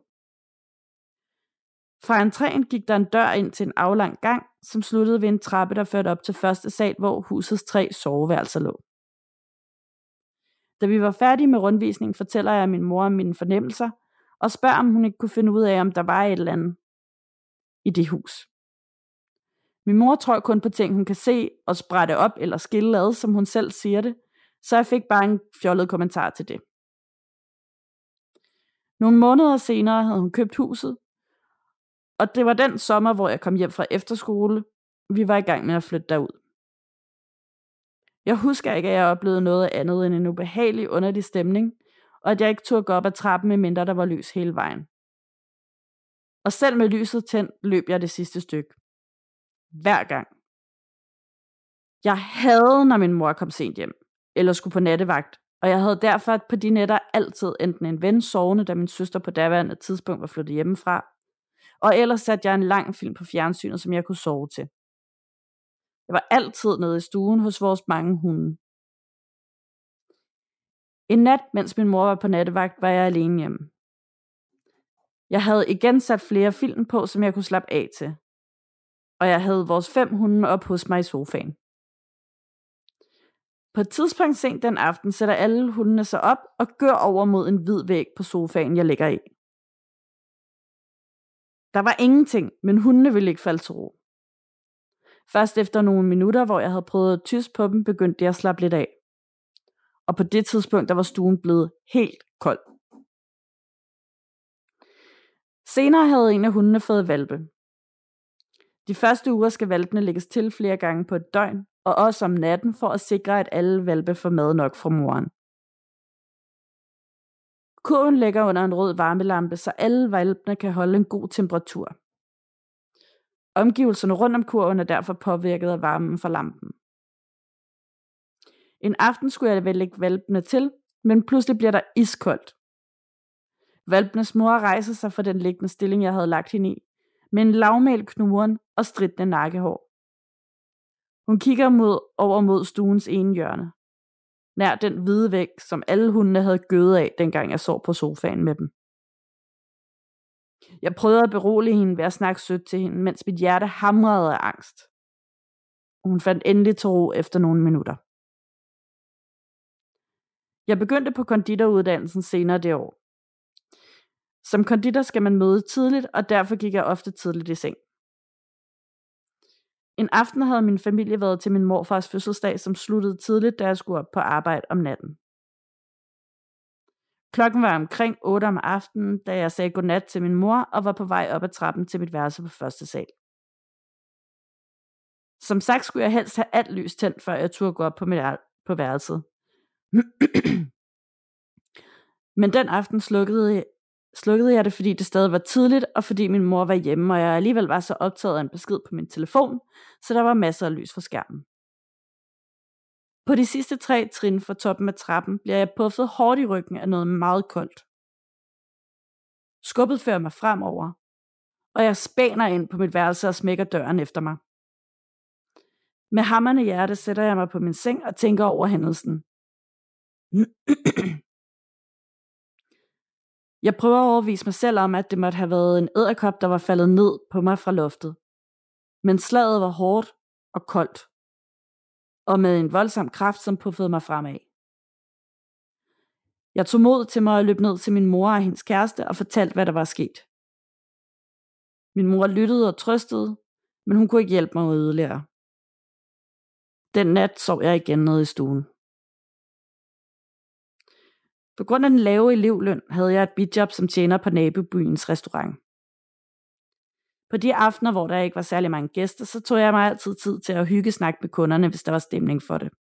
Fra entréen gik der en dør ind til en aflang gang, som sluttede ved en trappe, der førte op til første sal, hvor husets 3 soveværelser lå. Da vi var færdige med rundvisningen, fortæller jeg min mor om mine fornemmelser, og spørger, om hun ikke kunne finde ud af, om der var et eller andet i det hus. Min mor tror kun på ting, hun kan se og sprætte op eller skille ad, som hun selv siger det, så jeg fik bare en fjollet kommentar til det. Nogle måneder senere havde hun købt huset, og det var den sommer, hvor jeg kom hjem fra efterskole. Vi var i gang med at flytte derud. Jeg husker ikke, at jeg oplevede noget andet end en ubehagelig underlig stemning, og at jeg ikke turde gå op ad trappen, medmindre der var lys hele vejen. Og selv med lyset tændt, løb jeg det sidste stykke. Hver gang. Jeg havde, når min mor kom sent hjem, eller skulle på nattevagt, og jeg havde derfor på de nætter altid enten en ven sovende, da min søster på daværende tidspunkt var flyttet hjemmefra, og ellers satte jeg en lang film på fjernsynet, som jeg kunne sove til. Jeg var altid nede i stuen hos vores mange hunde. En nat, mens min mor var på nattevagt, var jeg alene hjemme. Jeg havde igen sat flere film på, som jeg kunne slappe af til. Og jeg havde vores 5 hunde op hos mig i sofaen. På et tidspunkt sent den aften sætter alle hundene sig op og gør over mod en hvid væg på sofaen, jeg ligger i. Der var ingenting, men hundene ville ikke falde til ro. Først efter nogle minutter, hvor jeg havde prøvet at kysse på dem, begyndte jeg at slappe lidt af. Og på det tidspunkt, der var stuen blevet helt kold. Senere havde en af hundene fået hvalpe. De første uger skal hvalpene lægges til flere gange på et døgn, og også om natten for at sikre, at alle hvalpe får mad nok fra moren. Kurven ligger under en rød varmelampe, så alle hvalpene kan holde en god temperatur. Omgivelserne rundt om kurven er derfor påvirket af varmen fra lampen. En aften skulle jeg vel lægge hvalpene til, men pludselig bliver der iskoldt. Hvalpenes mor rejser sig fra den liggende stilling, jeg havde lagt hende i, med en lavmælt knurren og stridtende nakkehår. Hun kigger over mod stuens ene hjørne, nær den hvide væg, som alle hundene havde gødet af, dengang jeg sov på sofaen med dem. Jeg prøvede at berolige hende ved at snakke sødt til hende, mens mit hjerte hamrede af angst. Hun fandt endelig til ro efter nogle minutter. Jeg begyndte på konditoruddannelsen senere det år. Som konditor skal man møde tidligt, og derfor gik jeg ofte tidligt i seng. En aften havde min familie været til min morfars fødselsdag, som sluttede tidligt, da jeg skulle op på arbejde om natten. Klokken var omkring 8 om aftenen, da jeg sagde godnat til min mor og var på vej op ad trappen til mit værelse på første sal. Som sagt skulle jeg helst have alt lys tændt, før jeg turde gå op på værelset. Men den aften slukkede jeg det, fordi det stadig var tidligt, og fordi min mor var hjemme, og jeg alligevel var så optaget af en besked på min telefon, så der var masser af lys fra skærmen. På de sidste 3 trin fra toppen af trappen bliver jeg puffet hårdt i ryggen af noget meget koldt. Skubbet fører mig fremover, og jeg spænder ind på mit værelse og smækker døren efter mig. Med hamrende hjerte sætter jeg mig på min seng og tænker over hændelsen. Jeg prøver at overbevise mig selv om, at det måtte have været en edderkop, der var faldet ned på mig fra loftet. Men slaget var hårdt og koldt, og med en voldsom kraft, som puffede mig fremad. Jeg tog mod til mig og løb ned til min mor og hendes kæreste og fortalte, hvad der var sket. Min mor lyttede og trøstede, men hun kunne ikke hjælpe mig yderligere. Den nat sov jeg igen nede i stuen. På grund af den lave elevløn havde jeg et bijob som tjener på nabobyens restaurant. På de aftener, hvor der ikke var særlig mange gæster, så tog jeg mig altid tid til at hyggesnakke med kunderne, hvis der var stemning for det.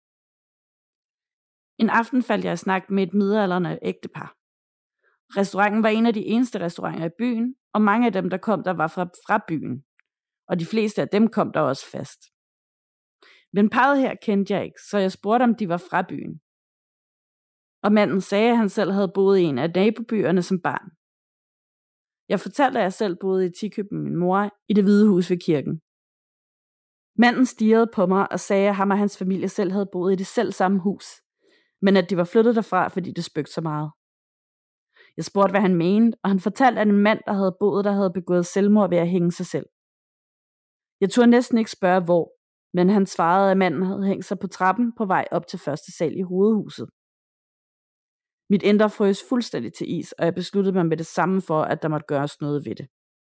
En aften faldt jeg i snak med et midaldrende ægtepar. Restauranten var en af de eneste restauranter i byen, og mange af dem, der kom der, var fra byen. Og de fleste af dem kom der også fast. Men parret her kendte jeg ikke, så jeg spurgte, om de var fra byen. Og manden sagde, at han selv havde boet i en af nabobyerne som barn. Jeg fortalte, at jeg selv boede i Tikøb med min mor i Det Hvide Hus ved kirken. Manden stirrede på mig og sagde, at ham og hans familie selv havde boet i det selv samme hus, men at de var flyttet derfra, fordi det spøgte så meget. Jeg spurgte, hvad han mente, og han fortalte, at en mand, der havde boet der, havde begået selvmord ved at hænge sig selv. Jeg turde næsten ikke spørge, hvor, men han svarede, at manden havde hængt sig på trappen på vej op til første sal i hovedhuset. Mit indre frøs fuldstændig til is, og jeg besluttede mig med det samme for, at der måtte gøres noget ved det.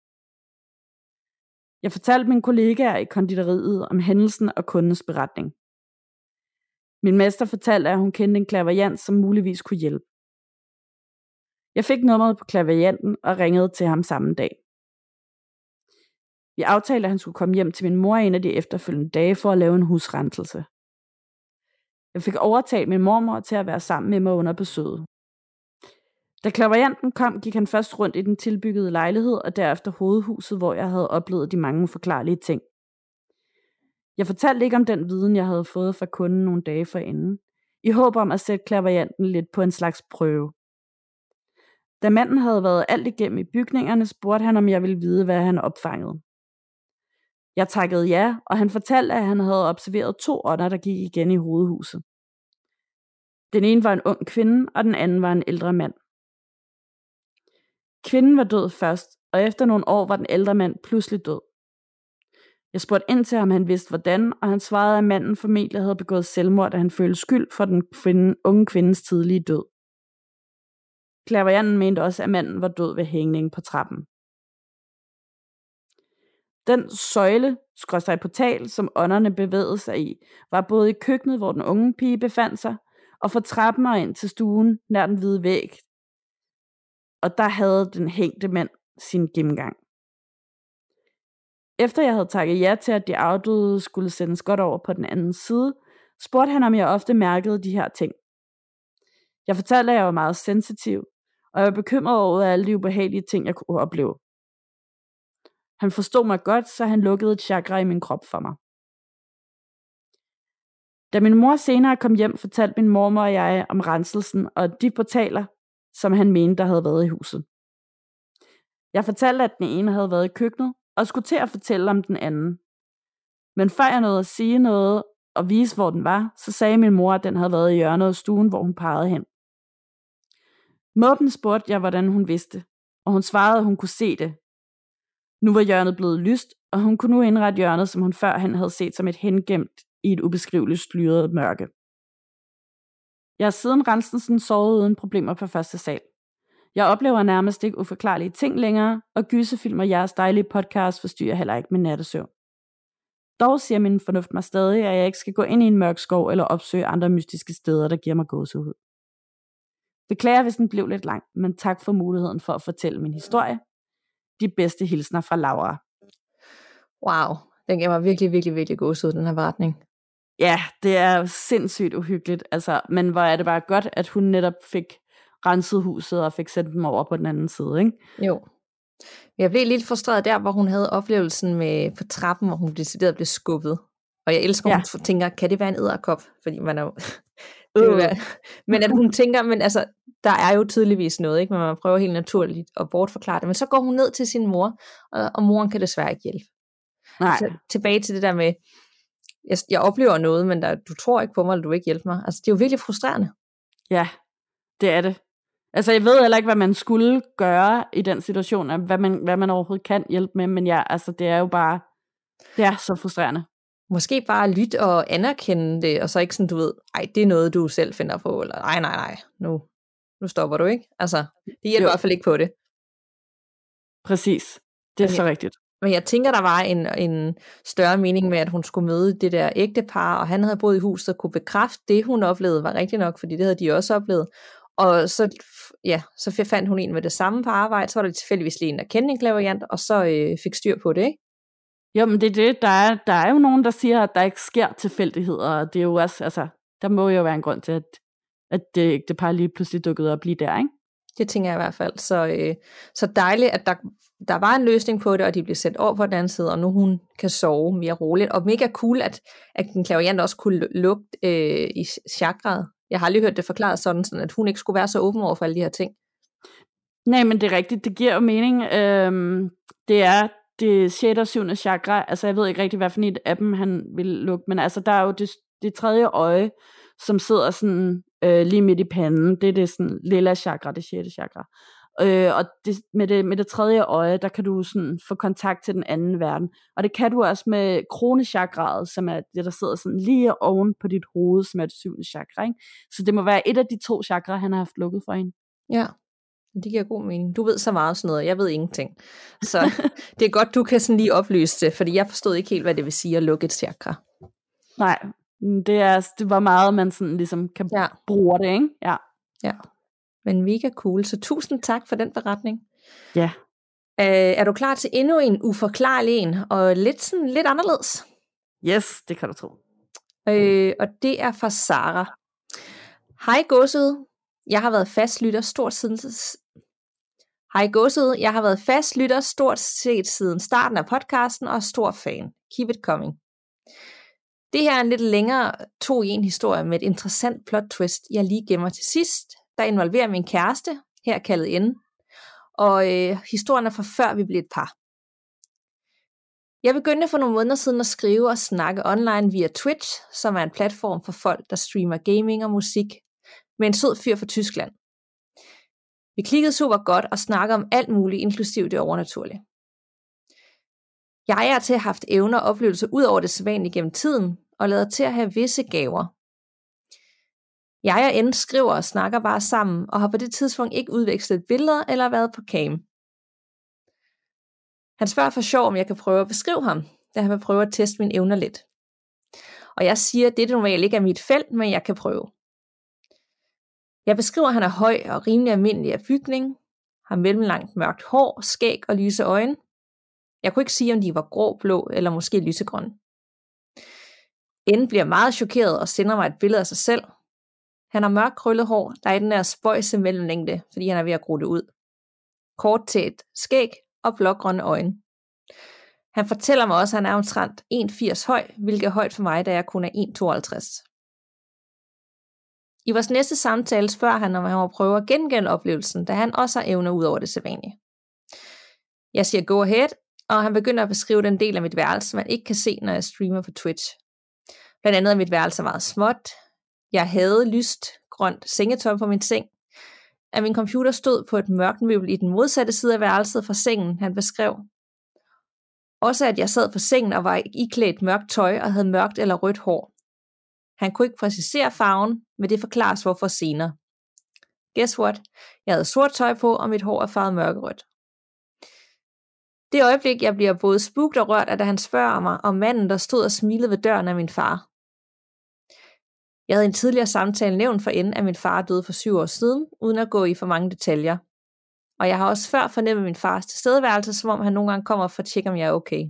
Jeg fortalte mine kollegaer i konditoriet om hændelsen og kundens beretning. Min mester fortalte, at hun kendte en clairvoyant, som muligvis kunne hjælpe. Jeg fik nummeret på clairvoyanten og ringede til ham samme dag. Vi aftalte, at han skulle komme hjem til min mor en af de efterfølgende dage for at lave en husrenselse. Jeg fik overtalt min mormor til at være sammen med mig under besøget. Da clairvoyanten kom, gik han først rundt i den tilbyggede lejlighed og derefter hovedhuset, hvor jeg havde oplevet de mange forklarlige ting. Jeg fortalte ikke om den viden, jeg havde fået fra kunden nogle dage forinden, i håb om at sætte clairvoyanten lidt på en slags prøve. Da manden havde været alt igennem i bygningerne, spurgte han, om jeg ville vide, hvad han opfangede. Jeg takkede ja, og han fortalte, at han havde observeret 2 ånder, der gik igen i hovedhuset. Den ene var en ung kvinde, og den anden var en ældre mand. Kvinden var død først, og efter nogle år var den ældre mand pludselig død. Jeg spurgte ind til ham, han vidste hvordan, og han svarede, at manden formentlig havde begået selvmord, da han følte skyld for den unge kvindes tidlige død. Clairvoyanten mente også, at manden var død ved hængning på trappen. Den søjle/portal, som ånderne bevægede sig i, var både i køkkenet, hvor den unge pige befandt sig, og fra trappen og ind til stuen nær den hvide væg. Og der havde den hængte mand sin gennemgang. Efter jeg havde takket ja til, at de afdøde skulle sendes godt over på den anden side, spurgte han, om jeg ofte mærkede de her ting. Jeg fortalte, at jeg var meget sensitiv, og jeg var bekymret over alle de ubehagelige ting, jeg kunne opleve. Han forstod mig godt, så han lukkede et chakra i min krop for mig. Da min mor senere kom hjem, fortalte min mormor og jeg om renselsen og de portaler, som han mente, der havde været i huset. Jeg fortalte, at den ene havde været i køkkenet, og skulle til at fortælle om den anden. Men før jeg nåede at sige noget og vise, hvor den var, så sagde min mor, at den havde været i hjørnet af stuen, hvor hun pegede hen. Måben spurgte jeg, hvordan hun vidste, og hun svarede, at hun kunne se det. Nu var hjørnet blevet lyst, og hun kunne nu indrette hjørnet, som hun førhen havde set som et hengemt i et ubeskriveligt styret mørke. Jeg har siden renselsen sovet uden problemer på første sal. Jeg oplever nærmest ikke uforklarlige ting længere, og gyserfilm og jeres dejlige podcast forstyrrer heller ikke min nattesøvn. Dog siger min fornuft mig stadig, at jeg ikke skal gå ind i en mørk skov eller opsøge andre mystiske steder, der giver mig gåsehud. Beklager, hvis den blev lidt lang, men tak for muligheden for at fortælle min historie. De bedste hilsner fra Laura. Wow, den gav mig virkelig, virkelig, virkelig gåsehud, den her beretning. Ja, det er sindssygt uhyggeligt, altså, men hvor er det bare godt, at hun netop fik renset huset og fik sendt dem over på den anden side, ikke? Jo. Jeg blev lidt frustreret der, hvor hun havde oplevelsen med på trappen, hvor hun decideret blev skubbet. Og jeg elsker, at hun tænker, kan det være en edderkop? Fordi man er jo... Men at hun tænker, men altså, der er jo tydeligvis noget, ikke? Men man prøver helt naturligt at bortforklare det. Men så går hun ned til sin mor, og moren kan desværre ikke hjælpe. Nej. Så tilbage til det der med, jeg oplever noget, men du tror ikke på mig, eller du ikke hjælper mig. Altså, det er jo virkelig frustrerende. Ja, det er det. Altså, jeg ved heller ikke, hvad man skulle gøre i den situation, hvad man overhovedet kan hjælpe med, men ja, altså, det er jo bare, det er så frustrerende. Måske bare lytte og anerkende det, og så ikke sådan, du ved, ej, det er noget, du selv finder på, eller nej, nu stopper du, ikke? Altså, det hjælper i hvert fald ikke på det. Præcis, det er så rigtigt. Men jeg tænker, der var en større mening med, at hun skulle møde det der ægtepar, og han havde boet i huset og kunne bekræfte det, hun oplevede, var rigtigt nok, fordi det havde de også oplevet. Og så fandt hun en med det samme på arbejde, så var det tilfældigvis lige en, der kendte en clairvoyant, og så fik styr på det, ikke? Jo, men det er det, der er jo nogen, der siger, at der ikke sker tilfældigheder, og det er jo også, altså, der må jo være en grund til, at det par lige pludselig dukkede op lige der, ikke? Det tænker jeg i hvert fald. Så dejligt, at der var en løsning på det, og de blev sendt over på den anden side, og nu hun kan sove mere roligt. Og mega cool, at den clairvoyant også kunne lugte i chakraet. Jeg har aldrig hørt det forklaret sådan, at hun ikke skulle være så åben over for alle de her ting. Nej, men det er rigtigt. Det giver jo mening. Det er det 6. og 7. chakra. Altså, jeg ved ikke rigtig, hvad for et af dem han vil lukke, men altså, der er jo det 3. øje, som sidder sådan lige midt i panden. Det er det sådan lilla chakra, det 6. chakra. Og med det 3. øje, der kan du sådan få kontakt til den anden verden. Og det kan du også med kronechakraet, som er det, der sidder sådan lige oven på dit hoved, som er det 7. chakra. Ikke? Så det må være et af de 2 chakra, han har haft lukket for hende. Ja, det giver god mening. Du ved så meget sådan noget, jeg ved ingenting. Så det er godt, du kan sådan lige oplyse det, fordi jeg forstod ikke helt, hvad det vil sige at lukke et chakra. Nej, det var meget, man sådan ligesom kan bruge det, ikke? Ja. Men mega cool, så tusind tak for den beretning. Ja. Er du klar til endnu en uforklarlig en, og lidt anderledes? Yes, det kan du tro. Og det er fra Sara. Hej gåsede, jeg har været fastlytter stort set siden starten af podcasten, og stor fan. Keep it coming. Det her er en lidt længere 2-i-1 historie med et interessant plot twist, jeg lige gemmer til sidst, der involverer min kæreste, her kaldet N, og historien er fra før vi blev et par. Jeg begyndte for nogle måneder siden at skrive og snakke online via Twitch, som er en platform for folk, der streamer gaming og musik, med en sød fyr fra Tyskland. Vi klikkede super godt og snakkede om alt muligt, inklusiv det overnaturlige. Jeg er til at have haft evner og oplevelser ud over det sædvanlige gennem tiden, og lader til at have visse gaver. Jeg og N skriver og snakker bare sammen, og har på det tidspunkt ikke udvekslet billeder eller været på cam. Han spørger for sjov, om jeg kan prøve at beskrive ham, da han vil prøve at teste mine evner lidt. Og jeg siger, at det normalt ikke er mit felt, men jeg kan prøve. Jeg beskriver, at han er høj og rimelig almindelig af bygning, har mellemlangt mørkt hår, skæg og lyse øjne. Jeg kunne ikke sige, om de var grå, blå eller måske lysegrønne. N bliver meget chokeret og sender mig et billede af sig selv. Han har mørkt krøllet hår, der er i den der spøjse mellemlængde, fordi han er ved at gro det ud. Kort til et skæg og blågrønne øjne. Han fortæller mig også, at han er omtrent 1,80 høj, hvilket er højt for mig, da jeg kun er 1,52. I vores næste samtale spørger han, om han må prøve at gengælde oplevelsen, da han også har evner ud over det sædvanlige. Jeg siger go ahead, og han begynder at beskrive den del af mit værelse, man ikke kan se, når jeg streamer på Twitch. Blandt andet, at mit værelse er meget småt. Jeg havde lyst grønt sengetøj på min seng. At min computer stod på et mørkt møbel i den modsatte side af værelset fra sengen, han beskrev. Også at jeg sad på sengen og var iklædt mørkt tøj og havde mørkt eller rødt hår. Han kunne ikke præcisere farven, men det forklares hvorfor senere. Guess what? Jeg havde sort tøj på, og mit hår er farvet mørkerødt. Det øjeblik, jeg bliver både spugt og rørt, er da han spørger mig om manden, der stod og smilede ved døren af min far. Jeg havde i en tidligere samtale nævnt for N, at min far døde for 7 år siden, uden at gå i for mange detaljer. Og jeg har også før fornemmet min fars tilstedeværelse, som om han nogle gange kommer for at tjekke, om jeg er okay.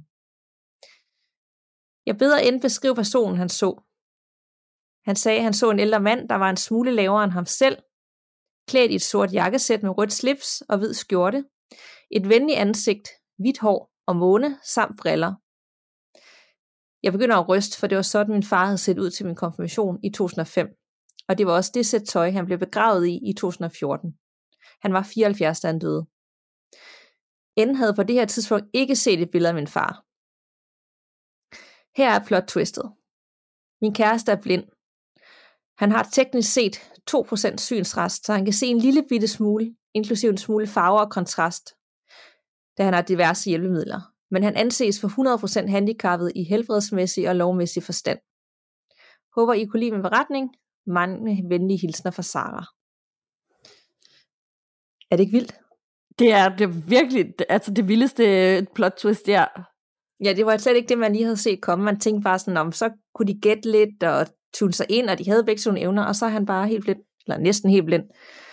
Jeg beder N beskrive personen, han så. Han sagde, at han så en ældre mand, der var en smule lavere end ham selv, klædt i et sort jakkesæt med rødt slips og hvid skjorte, et venligt ansigt, hvidt hår og måne samt briller. Jeg begynder at ryste, for det var sådan, min far havde set ud til min konfirmation i 2005, og det var også det sæt tøj, han blev begravet i 2014. Han var 74, da han døde. N havde på det her tidspunkt ikke set et billede af min far. Her er plot twistet. Min kæreste er blind. Han har teknisk set 2% synsrest, så han kan se en lille bitte smule, inklusive en smule farver og kontrast, da han har diverse hjælpemidler. Men han anses for 100% handicappet i helbredsmæssig og lovmæssig forstand. Håber I kunne lide min beretning. Mange venlige hilsner fra Sara. Er det ikke vildt? Det er virkelig, altså det vildeste plot twist, ja. Ja, det var slet ikke det, man lige havde set komme. Man tænkte bare sådan, om så kunne de gætte lidt og tune sig ind, og de havde begge sådan evner, og så er han bare helt blind, eller næsten helt blind.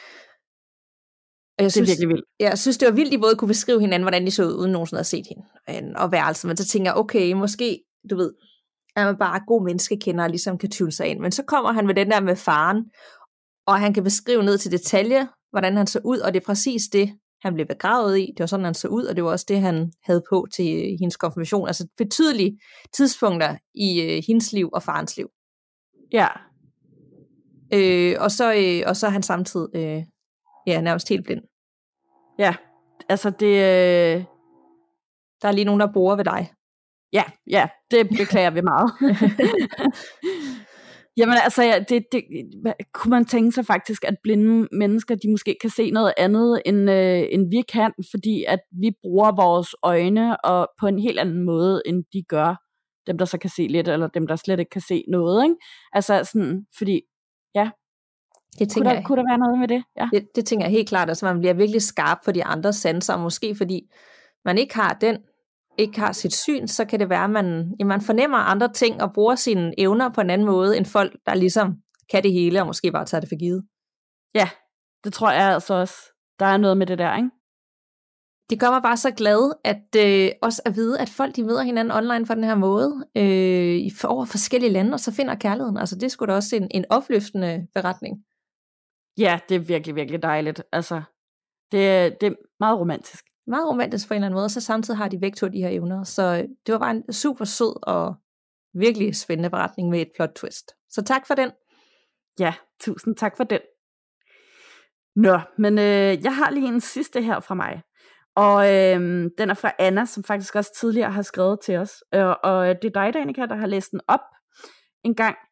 Og jeg synes, det er virkelig vildt. Jeg synes, det var vildt, de både kunne beskrive hinanden, hvordan de så ud, uden nogensinde at have set hende og værelset. Men så tænker jeg, okay, måske, du ved, er man bare god menneskekender og ligesom kan tune sig ind. Men så kommer han med den der med faren, og han kan beskrive ned til detalje, hvordan han så ud, og det er præcis det, han blev begravet i. Det var sådan, han så ud, og det var også det, han havde på til hendes konfirmation. Altså betydelige tidspunkter i hendes liv og farens liv. Ja. Og så er han samtidig nærmest helt blind. Ja, altså det... Der er lige nogen, der borer ved dig. Ja, det beklager vi meget. Jamen altså, det kunne man tænke sig faktisk, at blinde mennesker, de måske kan se noget andet, end vi kan, fordi at vi bruger vores øjne og på en helt anden måde, end de gør, dem der så kan se lidt, eller dem der slet ikke kan se noget, ikke? Altså sådan, fordi, ja, kunne der være noget med det? Ja. Det tænker jeg helt klart, altså man bliver virkelig skarp på de andre sanser, måske fordi man ikke har sit syn, så kan det være, at man fornemmer andre ting og bruger sine evner på en anden måde, end folk, der ligesom kan det hele, og måske bare tager det for givet. Ja, det tror jeg altså også. Der er noget med det der, ikke? Det gør mig bare så glad, at også at vide, at folk de møder hinanden online på den her måde, over forskellige lande, og så finder kærligheden. Altså det skulle da også en opløftende beretning. Ja, det er virkelig, virkelig dejligt. Altså, det er meget romantisk. Meget romantisk på en eller anden måde, og så samtidig har de begge to de her evner. Så det var bare en super sød og virkelig spændende beretning med et plot twist. Så tak for den. Ja, tusind tak for den. Nå, men jeg har lige en sidste her fra mig. Og den er fra Anna, som faktisk også tidligere har skrevet til os. Og det er dig, Danika, der har læst den op en gang.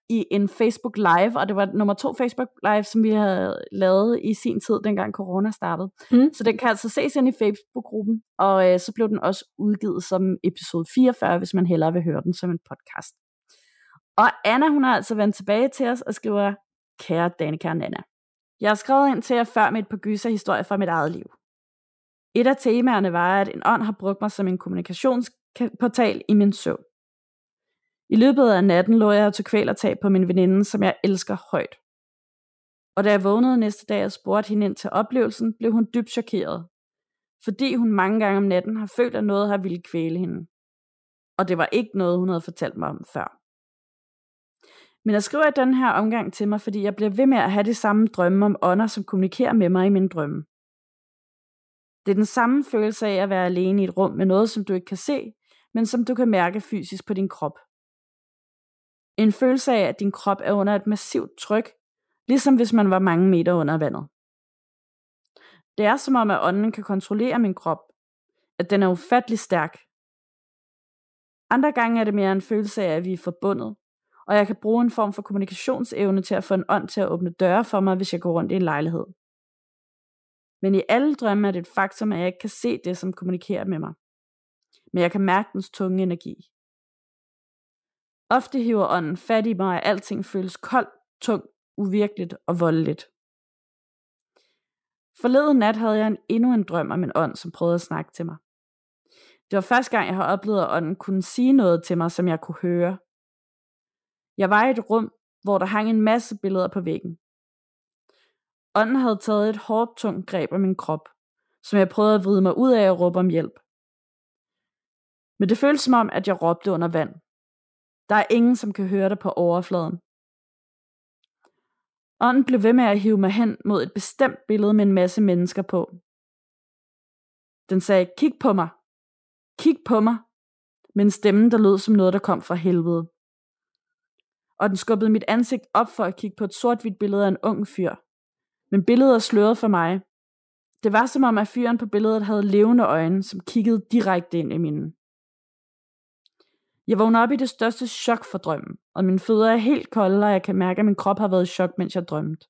i en Facebook Live, og det var nummer 2 Facebook Live, som vi havde lavet i sin tid, dengang corona startede. Så den kan altså ses ind i Facebook-gruppen, og så blev den også udgivet som episode 44, hvis man hellere vil høre den som en podcast. Og Anna, hun har altså vendt tilbage til os og skriver, kære Danika og Nanna, jeg har skrevet ind til jer før med et par gyserhistorier fra mit eget liv. Et af temaerne var, at en ånd har brugt mig som en kommunikationsportal i min søvn. I løbet af natten lå jeg til kvælertag på min veninde, som jeg elsker højt. Og da jeg vågnede næste dag og spurgte hende ind til oplevelsen, blev hun dybt chokeret. Fordi hun mange gange om natten har følt, at noget har ville kvæle hende. Og det var ikke noget, hun havde fortalt mig om før. Men jeg skriver i den her omgang til mig, fordi jeg bliver ved med at have de samme drømme om ånder, som kommunikerer med mig i mine drømme. Det er den samme følelse af at være alene i et rum med noget, som du ikke kan se, men som du kan mærke fysisk på din krop. En følelse af, at din krop er under et massivt tryk, ligesom hvis man var mange meter under vandet. Det er som om, at ånden kan kontrollere min krop, at den er ufattelig stærk. Andre gange er det mere en følelse af, at vi er forbundet, og jeg kan bruge en form for kommunikationsevne til at få en ånd til at åbne døre for mig, hvis jeg går rundt i en lejlighed. Men i alle drømme er det et faktum, at jeg ikke kan se det, som kommunikerer med mig. Men jeg kan mærke dens tunge energi. Ofte hiver ånden fat i mig, og alting føles koldt, tungt, uvirkeligt og voldeligt. Forleden nat havde jeg endnu en drøm om en ånd, som prøvede at snakke til mig. Det var første gang, jeg har oplevet, at ånden kunne sige noget til mig, som jeg kunne høre. Jeg var i et rum, hvor der hang en masse billeder på væggen. Ånden havde taget et hårdt, tungt greb af min krop, som jeg prøvede at vride mig ud af og råbe om hjælp. Men det føltes som om, at jeg råbte under vand. Der er ingen, som kan høre det på overfladen. Ånden blev ved med at hive mig hen mod et bestemt billede med en masse mennesker på. Den sagde, kig på mig. Kig på mig. Med en stemme, der lød som noget, der kom fra helvede. Og den skubbede mit ansigt op for at kigge på et sort-hvidt billede af en ung fyr. Men billedet er sløret for mig. Det var som om, at fyren på billedet havde levende øjne, som kiggede direkte ind i mine. Jeg vågner op i det største chok for drømmen, og mine fødder er helt kolde, og jeg kan mærke, at min krop har været i chok, mens jeg drømte.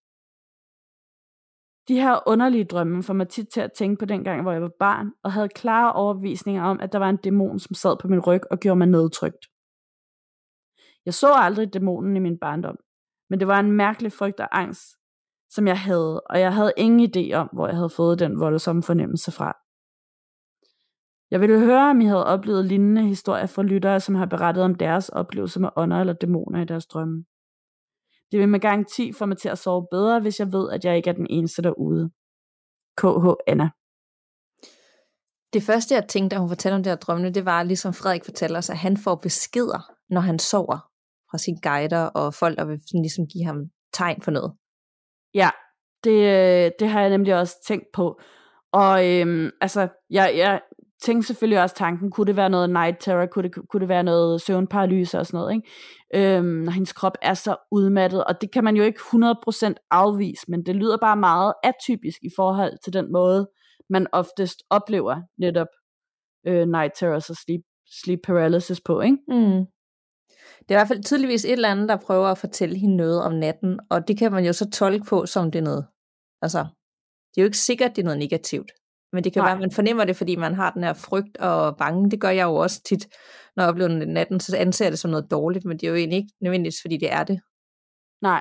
De her underlige drømme får mig tit til at tænke på den gang, hvor jeg var barn, og havde klare overbevisninger om, at der var en dæmon, som sad på min ryg og gjorde mig nedtrykt. Jeg så aldrig dæmonen i min barndom, men det var en mærkelig frygt og angst, som jeg havde, og jeg havde ingen idé om, hvor jeg havde fået den voldsomme fornemmelse fra. Jeg ville høre, om I havde oplevet lignende historier fra lyttere, som har berettet om deres oplevelser med ånder eller dæmoner i deres drømme. Det vil med garanti få mig til at sove bedre, hvis jeg ved, at jeg ikke er den eneste derude. KH Anna. Det første, jeg tænkte, da hun fortalte om det her drømme, det var, ligesom Frederik fortæller os, at han får beskeder, når han sover fra sine guider og folk, der vil sådan ligesom give ham tegn for noget. Ja, det har jeg nemlig også tænkt på. Og jeg tænkte selvfølgelig også tanken, kunne det være noget night terror, kunne det være noget søvnparalyse og sådan noget, ikke? Når hendes krop er så udmattet, og det kan man jo ikke 100% afvise, men det lyder bare meget atypisk i forhold til den måde, man oftest oplever netop night terrors og sleep paralysis på, ikke? Mm. Det er i hvert fald tydeligvis et eller andet, der prøver at fortælle hende noget om natten, og det kan man jo så tolke på, som det er noget. Altså, det er jo ikke sikkert, det er noget negativt. Men det kan være, at man fornemmer det, fordi man har den her frygt og bange. Det gør jeg jo også tit, når jeg oplever den natten, så anser jeg det som noget dårligt, men det er jo egentlig ikke nødvendigvis, fordi det er det. Nej.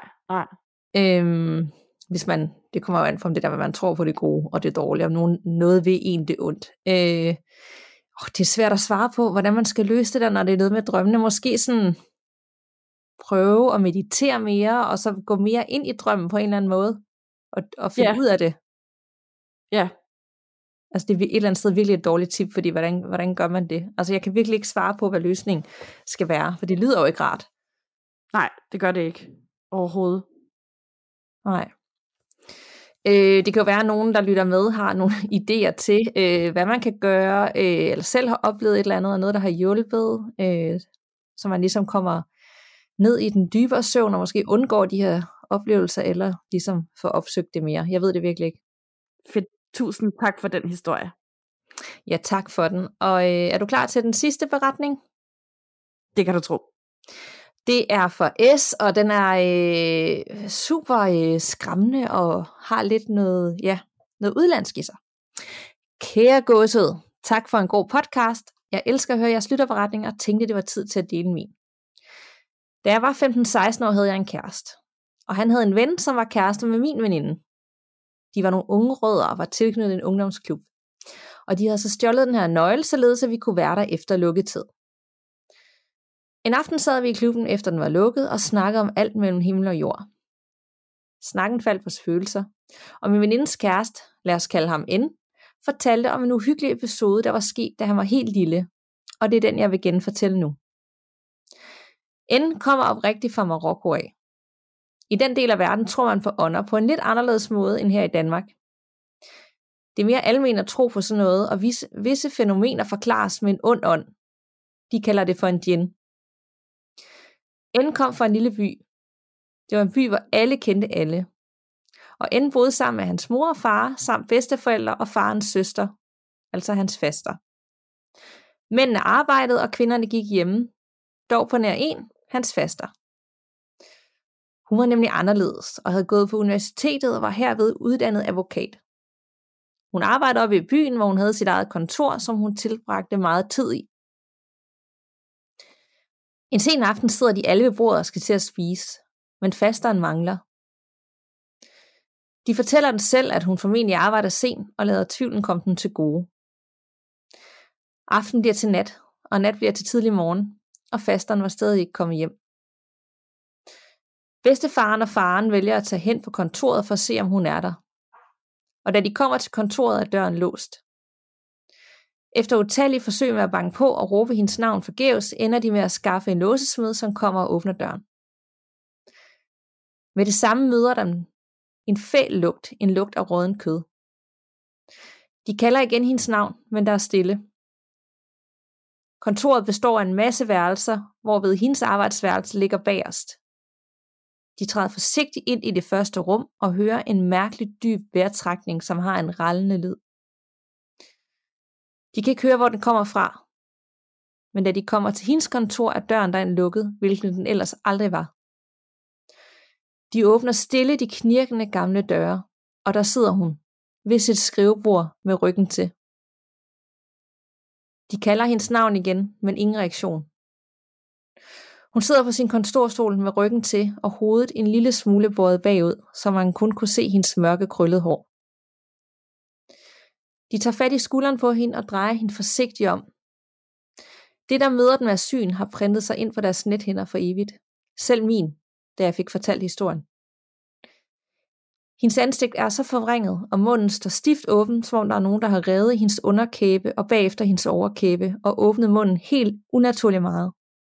Hvis man, det kommer jo an fra det der, hvad man tror på det gode og det dårlige, om noget ved en det ondt. Det er svært at svare på, hvordan man skal løse det der, når det er noget med drømmene. Måske sådan prøve at meditere mere, og så gå mere ind i drømmen på en eller anden måde, og finde ud af det. Ja. Altså det er et eller andet sted virkelig et dårligt tip, fordi hvordan gør man det? Altså jeg kan virkelig ikke svare på, hvad løsningen skal være, for det lyder jo ikke rart. Nej, det gør det ikke overhovedet. Nej. Det kan jo være, at nogen, der lytter med, har nogle idéer til, hvad man kan gøre, eller selv har oplevet et eller andet, og noget, der har hjulpet, så man ligesom kommer ned i den dybere søvn, og måske undgår de her oplevelser, eller ligesom får opsøgt det mere. Jeg ved det virkelig ikke. Fedt. Tusind tak for den historie. Ja, tak for den. Og er du klar til den sidste beretning? Det kan du tro. Det er for S, og den er super skræmmende og har lidt noget udlandsk i sig. Kære gåsød, tak for en god podcast. Jeg elsker at høre jeres lytterberetninger og tænkte, det var tid til at dele min. Da jeg var 15-16 år, havde jeg en kæreste. Og han havde en ven, som var kæreste med min veninde. De var nogle unge rødder og var tilknyttet en ungdomsklub. Og de havde så stjålet den her nøgle, således at vi kunne være der efter lukketid. En aften sad vi i klubben, efter den var lukket, og snakkede om alt mellem himmel og jord. Snakken faldt på følelser, og min venindes kæreste, lad os kalde ham N, fortalte om en uhyggelig episode, der var sket, da han var helt lille, og det er den, jeg vil genfortælle nu. N kommer oprigtigt fra Marokko af. I den del af verden tror man på ånder på en lidt anderledes måde end her i Danmark. Det er mere almen at tro på sådan noget, og visse fænomener forklares med en ond ånd. De kalder det for en djinn. N kom fra en lille by. Det var en by, hvor alle kendte alle. Og N boede sammen med hans mor og far, samt bedsteforældre og farens søster, altså hans faster. Mændene arbejdede, og kvinderne gik hjemme, dog på nær en, hans faster. Hun var nemlig anderledes, og havde gået på universitetet og var herved uddannet advokat. Hun arbejdede oppe i byen, hvor hun havde sit eget kontor, som hun tilbragte meget tid i. En sen aften sidder de alle ved bordet og skal til at spise, men fasteren mangler. De fortæller den selv, at hun formentlig arbejder sent, og lader tvivlen komme den til gode. Aften bliver til nat, og nat bliver til tidlig morgen, og fasteren var stadig ikke kommet hjem. Bedstefaren og faren vælger at tage hen på kontoret for at se, om hun er der. Og da de kommer til kontoret, er døren låst. Efter utallige forsøg med at banke på og råbe hendes navn forgæves, ender de med at skaffe en låsesmed, som kommer og åbner døren. Med det samme møder dem en fæl lugt, en lugt af rådden kød. De kalder igen hendes navn, men der er stille. Kontoret består af en masse værelser, hvorved hendes arbejdsværelse ligger bagerst. De træder forsigtigt ind i det første rum og hører en mærkelig dyb vejrtrækning, som har en rallende lyd. De kan ikke høre, hvor den kommer fra. Men da de kommer til hendes kontor, er døren derinde lukket, hvilket den ellers aldrig var. De åbner stille de knirkende gamle døre, og der sidder hun, ved sit skrivebord med ryggen til. De kalder hendes navn igen, men ingen reaktion. Hun sidder på sin kontorstol med ryggen til, og hovedet en lille smule båret bagud, så man kun kunne se hendes mørke krøllede hår. De tager fat i skulderen på hende og drejer hende forsigtigt om. Det, der møder den af syn, har printet sig ind på deres nethinder for evigt. Selv min, da jeg fik fortalt historien. Hendes ansigt er så forvrænget, og munden står stift åben, som om der er nogen, der har revet hendes underkæbe og bagefter hendes overkæbe og åbnet munden helt unaturligt meget.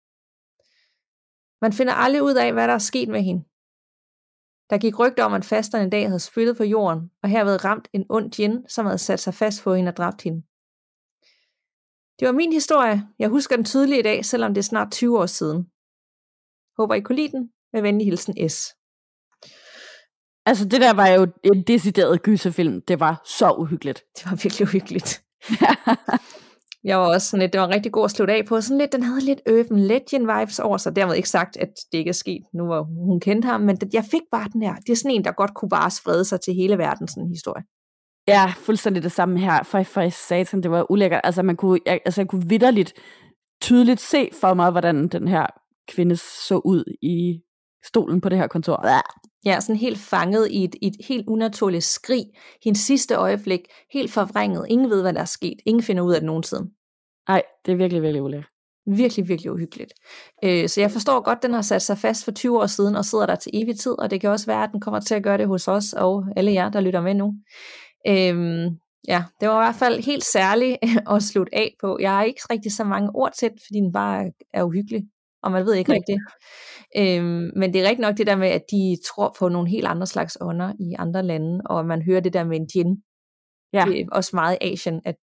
Man finder aldrig ud af, hvad der er sket med hende. Der gik rygter om, at fasteren en dag havde spyttet på jorden, og herved ramt en ond djinn, som havde sat sig fast på hende og dræbt hende. Det var min historie. Jeg husker den tydeligt i dag, selvom det er snart 20 år siden. Håber I kunne lide den. Med venlig hilsen S. Altså det der var jo en decideret gyserfilm. Det var så uhyggeligt. Det var virkelig uhyggeligt. Jeg var også sådan lidt, det var rigtig god at slutte af på. Sådan lidt, den havde lidt Urban Legend vibes over sig. Dermed ikke sagt, at det ikke er sket, nu hvor hun kendte ham. Men jeg fik bare den her. Det er sådan en, der godt kunne bare sprede sig til hele verden, sådan en historie. Ja, fuldstændig det samme her. For satan, det var ulækkert. Altså, jeg kunne vitterligt tydeligt se for mig, hvordan den her kvinde så ud i stolen på det her kontor. Ja, sådan helt fanget i et helt unaturligt skrig. Hendes sidste øjeblik, helt forvrænget. Ingen ved, hvad der er sket. Ingen finder ud af det nogensinde. Nej, det er virkelig, virkelig ulækkert. Virkelig, virkelig uhyggeligt. Så jeg forstår godt, at den har sat sig fast for 20 år siden og sidder der til evig tid, og det kan også være, at den kommer til at gøre det hos os og alle jer, der lytter med nu. Ja, det var i hvert fald helt særligt at slutte af på. Jeg har ikke rigtig så mange ord til, fordi den bare er uhyggelig, og man ved ikke rigtigt. Men det er rigtig nok det der med, at de tror på nogle helt andre slags ånder i andre lande, og man hører det der med en djinn. Ja. Det er også meget i Asien, at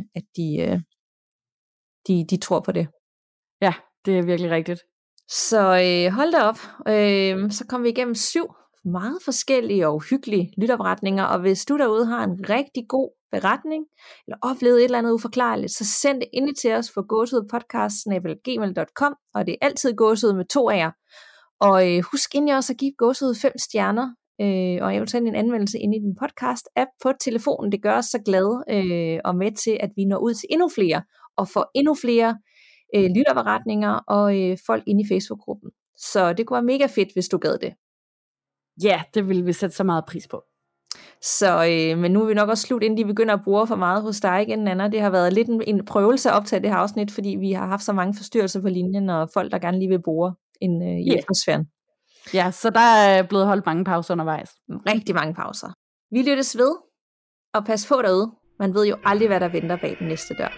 de tror på det. Ja, det er virkelig rigtigt. Så hold da op. Så kom vi igennem 7 meget forskellige og hyggelige lytterberetninger, og hvis du derude har en rigtig god beretning, eller oplevet et eller andet uforklarligt, så send det ind til os på gåsehudpodcast@gmail.com, og det er altid gåsehud med 2 A'er. Og husk endelig også at give gåsehud 5 stjerner, og eventuelt en anmeldelse inde i din podcast-app på telefonen. Det gør os så glade og med til, at vi når ud til endnu flere, og får endnu flere lytterberetninger og folk inde i Facebook-gruppen. Så det kunne være mega fedt, hvis du gad det. Ja, det vil vi sætte så meget pris på. Så, men nu er vi nok også slut, inden de begynder at bruge for meget hos dig igen, Anna. Det har været lidt en prøvelse at optage det her afsnit, fordi vi har haft så mange forstyrrelser på linjen, og folk, der gerne lige vil bore i eftersfæren. Ja, så der er blevet holdt mange pauser undervejs. Rigtig mange pauser. Vi lyttes ved, og pas på derude. Man ved jo aldrig, hvad der venter bag den næste dør.